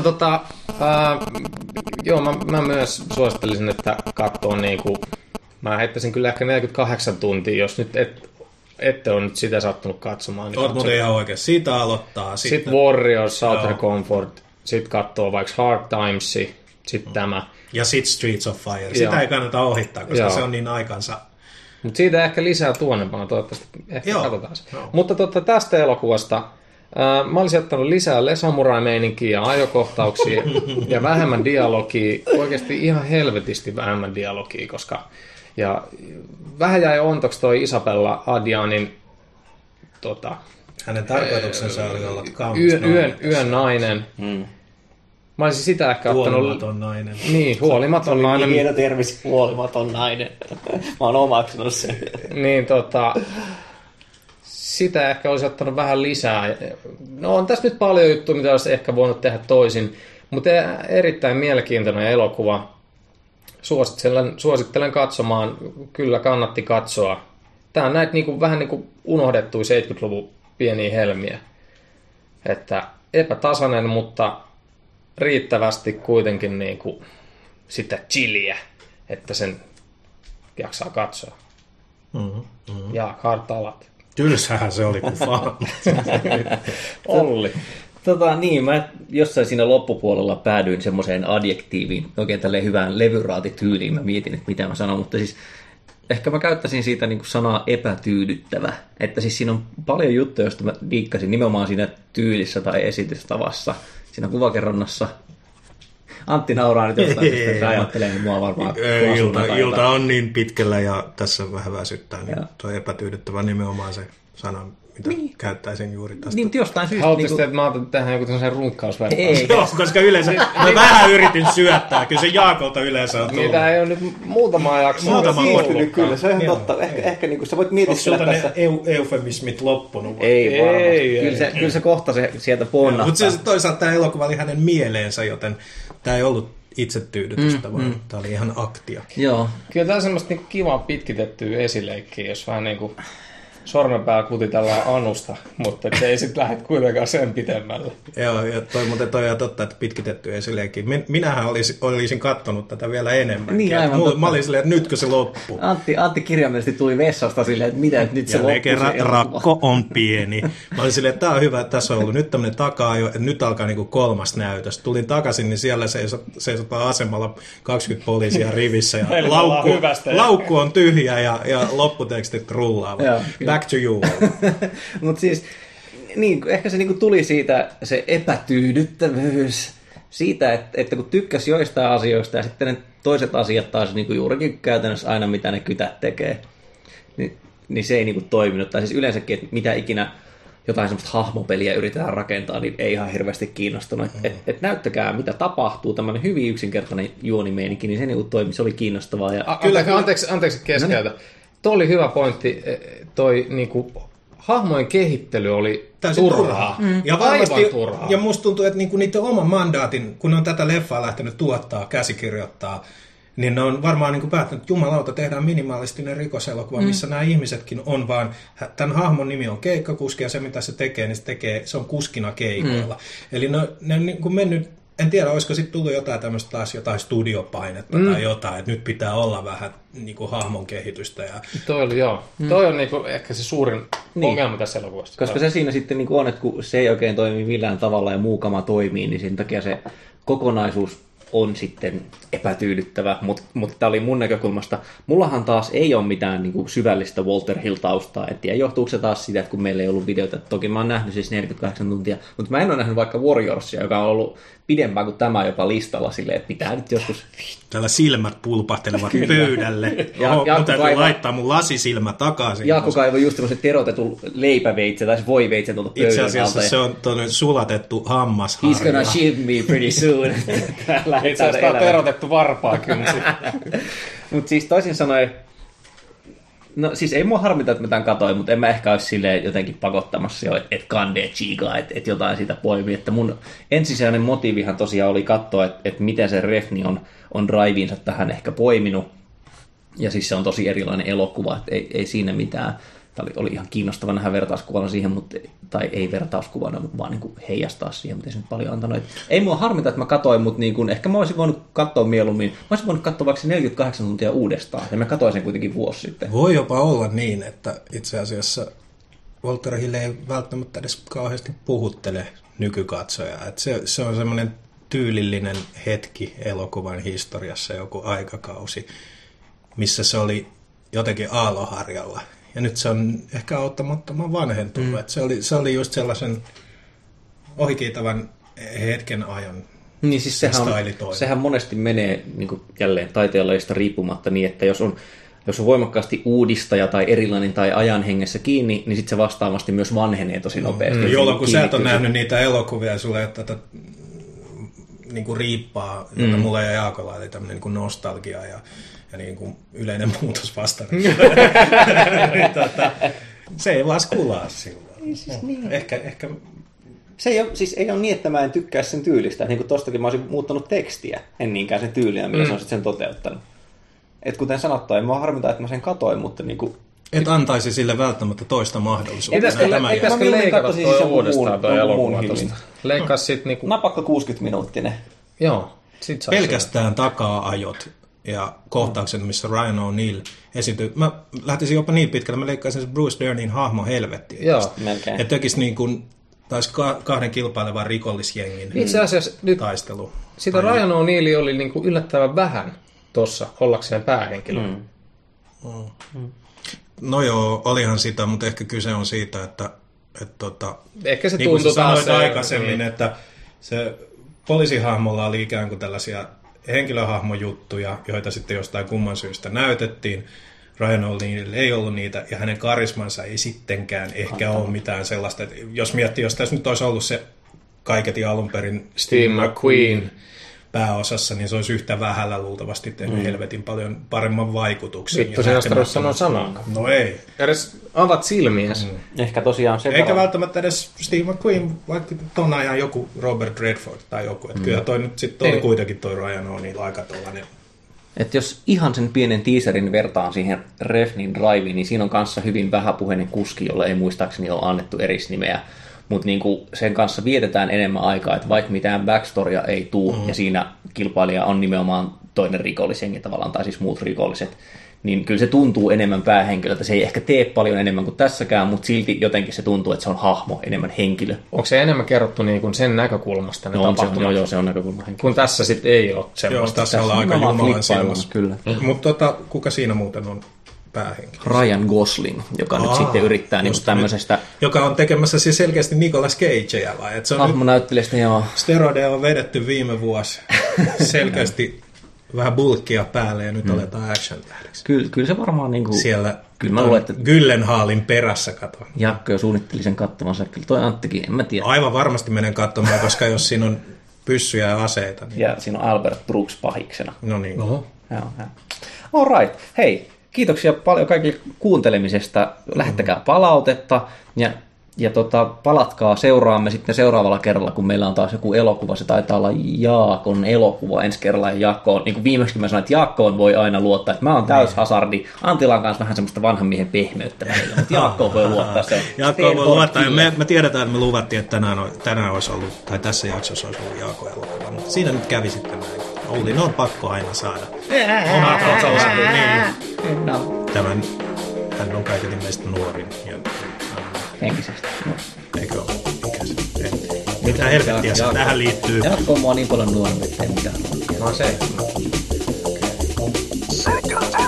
mä myös suosittelisin, että katsoo niinku... Mä heittäisin kyllä ehkä 48 tuntia, jos nyt ette ole nyt sitä sattunut katsomaan. Niin oot muuten ihan oikein. Siitä aloittaa. Sitten Warriors, Southern Comfort, sitten katsoo vaikka Hard Times, sitten tämä. Ja sitten Streets of Fire. Sitä ei kannata ohittaa, koska se on niin aikansa. Mutta siitä ehkä lisää tuonnepana, toivottavasti ehkä katsotaan se. Mutta tästä elokuvasta mä olisin ottanut lisää samurai-meininkiä ja ajokohtauksia ja vähemmän dialogia, oikeasti ihan helvetisti vähemmän dialogia, koska ja vähän jäi ontoksi toi Isabella Adjanin hänen tarkoituksensa oli olla kaunis yön nainen. Mä olisin sitä ehkä ottanut... Huolimaton nainen. Niin, huolimaton nainen. Hieno termis, huolimaton nainen. Mä oon omaksunut sen. Niin sitä ehkä olisi ottanut vähän lisää. No on tässä nyt paljon juttuja, mitä olisi ehkä voinut tehdä toisin, mutta erittäin mielenkiintoinen elokuva. Suosittelen katsomaan, kyllä kannatti katsoa. Tää on näitä vähän niin kuin unohdettuja 70-luvun pieniä helmiä. Että epätasainen, mutta riittävästi kuitenkin niin kuin sitä chiliä, että sen jaksaa katsoa. Ja kartalat. Tylsähän se oli, kun vaan. Olli. Niin, mä jossain siinä loppupuolella päädyin semmoiseen adjektiiviin, oikein tälleen hyvään levyraatityyliin. Mä mietin, että mitä mä sanon, mutta siis ehkä mä käyttäisin siitä niin kuin sanaa epätyydyttävä. Että siis siinä on paljon juttuja, joista mä diikkasin nimenomaan siinä tyylissä tai esitystavassa. Siinä kuvakerronnassa. Antti nauraa nyt jostain, että ajattelee, niin mua varmaan ilta on niin pitkällä ja tässä vähän väsyttää, niin tuo epätyydyttävä nimenomaan se sana, mitä käyttäisin juuri tästä. Niin, jostain syystä. Haluatteko että mä otan tähän joku tämmöisen runkkausvertaus? Ei. Joo, koska yleensä mä vähän yritin syöttää, kyllä se Jaakolta yleensä on tullut. Niitä ei ole nyt muutamaa jaksoa. Kyllä, se on totta. Ehkä niin kuin sä voit mietiskellä tässä. Onko eufemismit loppunut? Ei varmasti. Kyllä se kohta se sieltä ponnahtaa. Mutta se toisaalta tämä elokuva oli hänen mieleensä, joten tämä ei ollut itsetyydytystä, vaan tämä oli ihan aktia. Joo. Kyllä tämä on semmoista niinku kivaa pitkitettyä esileikkiä, jos vähän niin kuin sormenpää kutitellaan anusta, mutta ei sitten lähde kuitenkaan sen pitemmälle. Joo, ja toi on totta, että pitkitetty esileikki. Minähän olisin katsonut tätä vielä enemmän. Niin, mä olin silleen, että nytkö se loppuu. Antti kirjaimellisesti tuli vessasta silleen, että mitä nyt se loppuu. Kerran rakko on pieni. Mä olin silleen, että tää on hyvä, että tässä on ollut nyt tämmönen takaa-ajo, että nyt alkaa niinku 3. näytös. Tulin takaisin, niin siellä seisotaan asemalla 20 poliisia rivissä ja laukku on tyhjä ja lopputekstit rullaavat. Back to you. Mutta siis, niin, ehkä se niinku tuli siitä se epätyydyttävyys, siitä, että kun tykkäsi joistain asioista ja sitten ne toiset asiat taas niinku juurikin käytännössä aina mitä ne kytät tekee, niin se ei niinku toiminut. Tai siis yleensäkin, että mitä ikinä jotain semmoista hahmopeliä yritetään rakentaa, niin ei ihan hirveästi kiinnostunut. Et näyttäkää, mitä tapahtuu, tämmöinen hyvin yksinkertainen juonimeininki, niin se niinku toimi, se oli kiinnostavaa. Ja... Anteeksi keskeytä. No niin. Tuo oli hyvä pointti, toi niinku, hahmojen kehittely oli turhaa. Ja aivan turhaa. Ja musta tuntuu, että niinku niiden oman mandaatin, kun ne on tätä leffaa lähtenyt tuottaa, käsikirjoittaa, niin ne on varmaan niinku päättänyt, että jumalauta, tehdään minimalistinen rikoselokuva, missä nämä ihmisetkin on vaan, tämän hahmon nimi on keikkakuski ja se mitä se tekee, niin se on kuskina keikoilla. Eli ne on niinku mennyt, en tiedä, olisiko sitten tullut jotain tämmöistä taas jotain studiopainetta tai jotain, että nyt pitää olla vähän niinku hahmon kehitystä. Ja... Toi on niinku ehkä se suurin ongelma tässä elokuvassa. Koska se siinä sitten niinku on, että kun se ei oikein toimi millään tavalla ja muu kama toimii, niin sen takia se kokonaisuus on sitten epätyydyttävä, mutta tämä oli mun näkökulmasta. Mullahan taas ei ole mitään niin kuin syvällistä Walter Hill-taustaa, en tiedä johtuuko se taas siitä, että kun meillä ei ollut videota. Toki mä oon nähnyt siis 48 tuntia, mutta mä en ole nähnyt vaikka Warriorsia, joka on ollut pidempään kuin tämä jopa listalla silleen, että pitää nyt joskus... Täällä silmät pulpahtelevat pöydälle. Mun täytyy laittaa mun lasisilmä takaisin. Jaakko kaivoi just semmoisen terotetun leipäveitsen tai voiveitsen tuolta pöydän alta. Itse asiassa se on tuonne sulatettu hammasharja. He's gonna ship me pretty soon. Itse asiassa on terotettu varpaakynsi. Mutta siis toisin sanoen, no siis ei mua harmita, että mä tämän katoin, mutta en mä ehkä olisi silleen jotenkin pakottamassa jo, että kande chiga, että jotain siitä poimii. Että mun ensisijainen motiivihan tosiaan oli katsoa, että miten se refni on drivinsa tähän ehkä poiminut. Ja siis se on tosi erilainen elokuva, että ei siinä mitään. Tämä oli ihan kiinnostava nähdä vertauskuvana siihen, tai ei vertauskuvana, vaan niin kuin heijastaa siihen, mutta ei se nyt paljon antanut. Ei mua harmita, että mä katsoin, mutta niin kuin, ehkä mä olisin voinut katsoa mieluummin. Mä olisin voinut katsoa vaikka 48 tuntia uudestaan, ja mä katsoin sen kuitenkin vuosi sitten. Voi jopa olla niin, että itse asiassa Walter Hill ei välttämättä edes kauheasti puhuttele nykykatsojaa. Että se on semmoinen tyylillinen hetki elokuvan historiassa, joku aikakausi, missä se oli jotenkin aaloharjalla. Ja nyt se on ehkä auttamattoman vanhentunut. Se oli just sellaisen ohikiitavan hetken ajan. Niin siis sehän monesti menee niin kuin jälleen taiteenlajista riippumatta niin, että jos on voimakkaasti uudistaja tai erilainen tai ajan hengessä kiinni, niin sitten se vastaavasti myös vanhenee tosi nopeasti. Jolloin kun sä et ole nähnyt niitä elokuvia, sulle ei ole tätä niin kuin riippaa, jota mulla ja Jaakolla, eli tämmöinen niin kuin nostalgia ja niin kuin yleinen muutos vastaan. Se ei vaan skulaa silloin. Siis niin. Ehkä... Se ei ole niin, että mä en tykkää sen tyylistä. Niin kuin tostakin mä olisin muuttanut tekstiä, en niinkään sen tyyliä, millä se on sen toteuttanut. Et kuten sanottua, en mä harmita, että mä sen katoin, mutta niinku... Et antaisi sille välttämättä toista mahdollisuutta. Pitäisikö leikata toi uudestaan toi elokuva tosta? Leikkaa sit niinku... Napakka 60-minuuttinen. Joo. Pelkästään takaa-ajot ja kohtauksen, missä Ryan O'Neal esiintyy. Mä lähtisin jopa niin pitkälle, mä leikkaisin se Bruce Dernin hahmo helvettiin. Joo, melkein. Ja tekisi niin kuin, taisi kahden kilpailevan rikollisjengin itse asiassa nyt taistelu. Sitä Ryan O'Neal oli niin kuin yllättävän vähän tuossa ollakseen päähenkilö. No joo, olihan sitä, mutta ehkä kyse on siitä, että ehkä se niin kuin tuntui taas aikaisemmin, että se poliisihahmolla oli ikään kuin tällaisia henkilöhahmojuttuja, joita sitten jostain kumman syystä näytettiin. Ryan O'Neal ei ollut niitä, ja hänen karismansa ei sittenkään ehkä ole mitään sellaista, että jos miettii, jos tässä nyt olisi ollut se kaiketi alun perin Steve McQueen pääosassa, niin se olisi yhtä vähällä luultavasti tehnyt helvetin paljon paremman vaikutuksen. Vittu, se ei olisi sanoa sanaa. No ei. Edes avat silmiäsi. Ehkä tosiaan se. Eikä välttämättä edes Steve McQueen, vaikka tuon ajan joku Robert Redford tai joku. Että kyllä toi nyt sitten oli kuitenkin toi Ryan O'Neal aika tollainen. Että jos ihan sen pienen teaserin vertaan siihen Refnin Driveen, niin siinä on kanssa hyvin vähäpuheinen kuski, jolle ei muistaakseni ole annettu erisnimeä. Mutta niinku sen kanssa vietetään enemmän aikaa, että vaikka mitään backstorya ei tule, ja siinä kilpailija on nimenomaan toinen rikollishengi tavallaan, tai siis muut rikolliset, niin kyllä se tuntuu enemmän päähenkilöltä. Se ei ehkä tee paljon enemmän kuin tässäkään, mutta silti jotenkin se tuntuu, että se on hahmo, enemmän henkilö. Onko se enemmän kerrottu niin kuin sen näkökulmasta ne tapahtumat? Joo, se on näkökulma henkilö. Kun tässä sitten ei ole semmoista. Joo, tässä ollaan aika jumalan silmässä. Kyllä. Mutta kuka siinä muuten on päähenkilö? Ryan Gosling, joka nyt sitten yrittää niin tämmöisestä... Joka on tekemässä siis selkeästi Nicolas Cagea, vai? Hahmonäyttelijästä, joo. Steroideja on vedetty viime vuosi selkeästi vähän bulkkia päälle ja nyt aletaan action-tähdeksi. Kyllä se varmaan niin kuin... Siellä kyllä mä luulen, että Gyllenhaalin perässä katon. Jaakko jo suunnitteli sen katsomansa. Kyllä toi Anttikin, en mä tiedä. Aivan varmasti menen katsomaan, koska jos siinä on pyssyjä ja aseita. Niin... Ja siinä on Albert Brooks pahiksena. No niin. Oho. Joo. All right. Hei, kiitoksia paljon kaikille kuuntelemisesta. Lähettäkää palautetta ja palatkaa seuraamme sitten seuraavalla kerralla, kun meillä on taas joku elokuva. Se taitaa olla Jaakon elokuva ensi kerralla. Ja Jaakko on, niin kuin viimeksi mä sanoin, että Jaakkoon voi aina luottaa. Että mä oon täys hasardi. Antila on kanssa vähän semmoista vanhan miehen pehmeyttä välillä, mutta Jaakkoon voi luottaa. Jaakkoon voi luottaa. Me tiedetään, että me luvattiin, että tänään olisi ollut, tai tässä jaksossa olisi ollut Jaakon elokuva. Mutta siinä nyt kävi sitten näin. Olli, on pakko aina saada. Omat otsallaan. Tämän, hän on kaiketi meistä nuorin. Henkisesti. Eikö ole? Mitä helvettiä se tähän liittyy? Jaakko on mua niin paljon nuorempi, ettei mitään. Mä oon 7. Second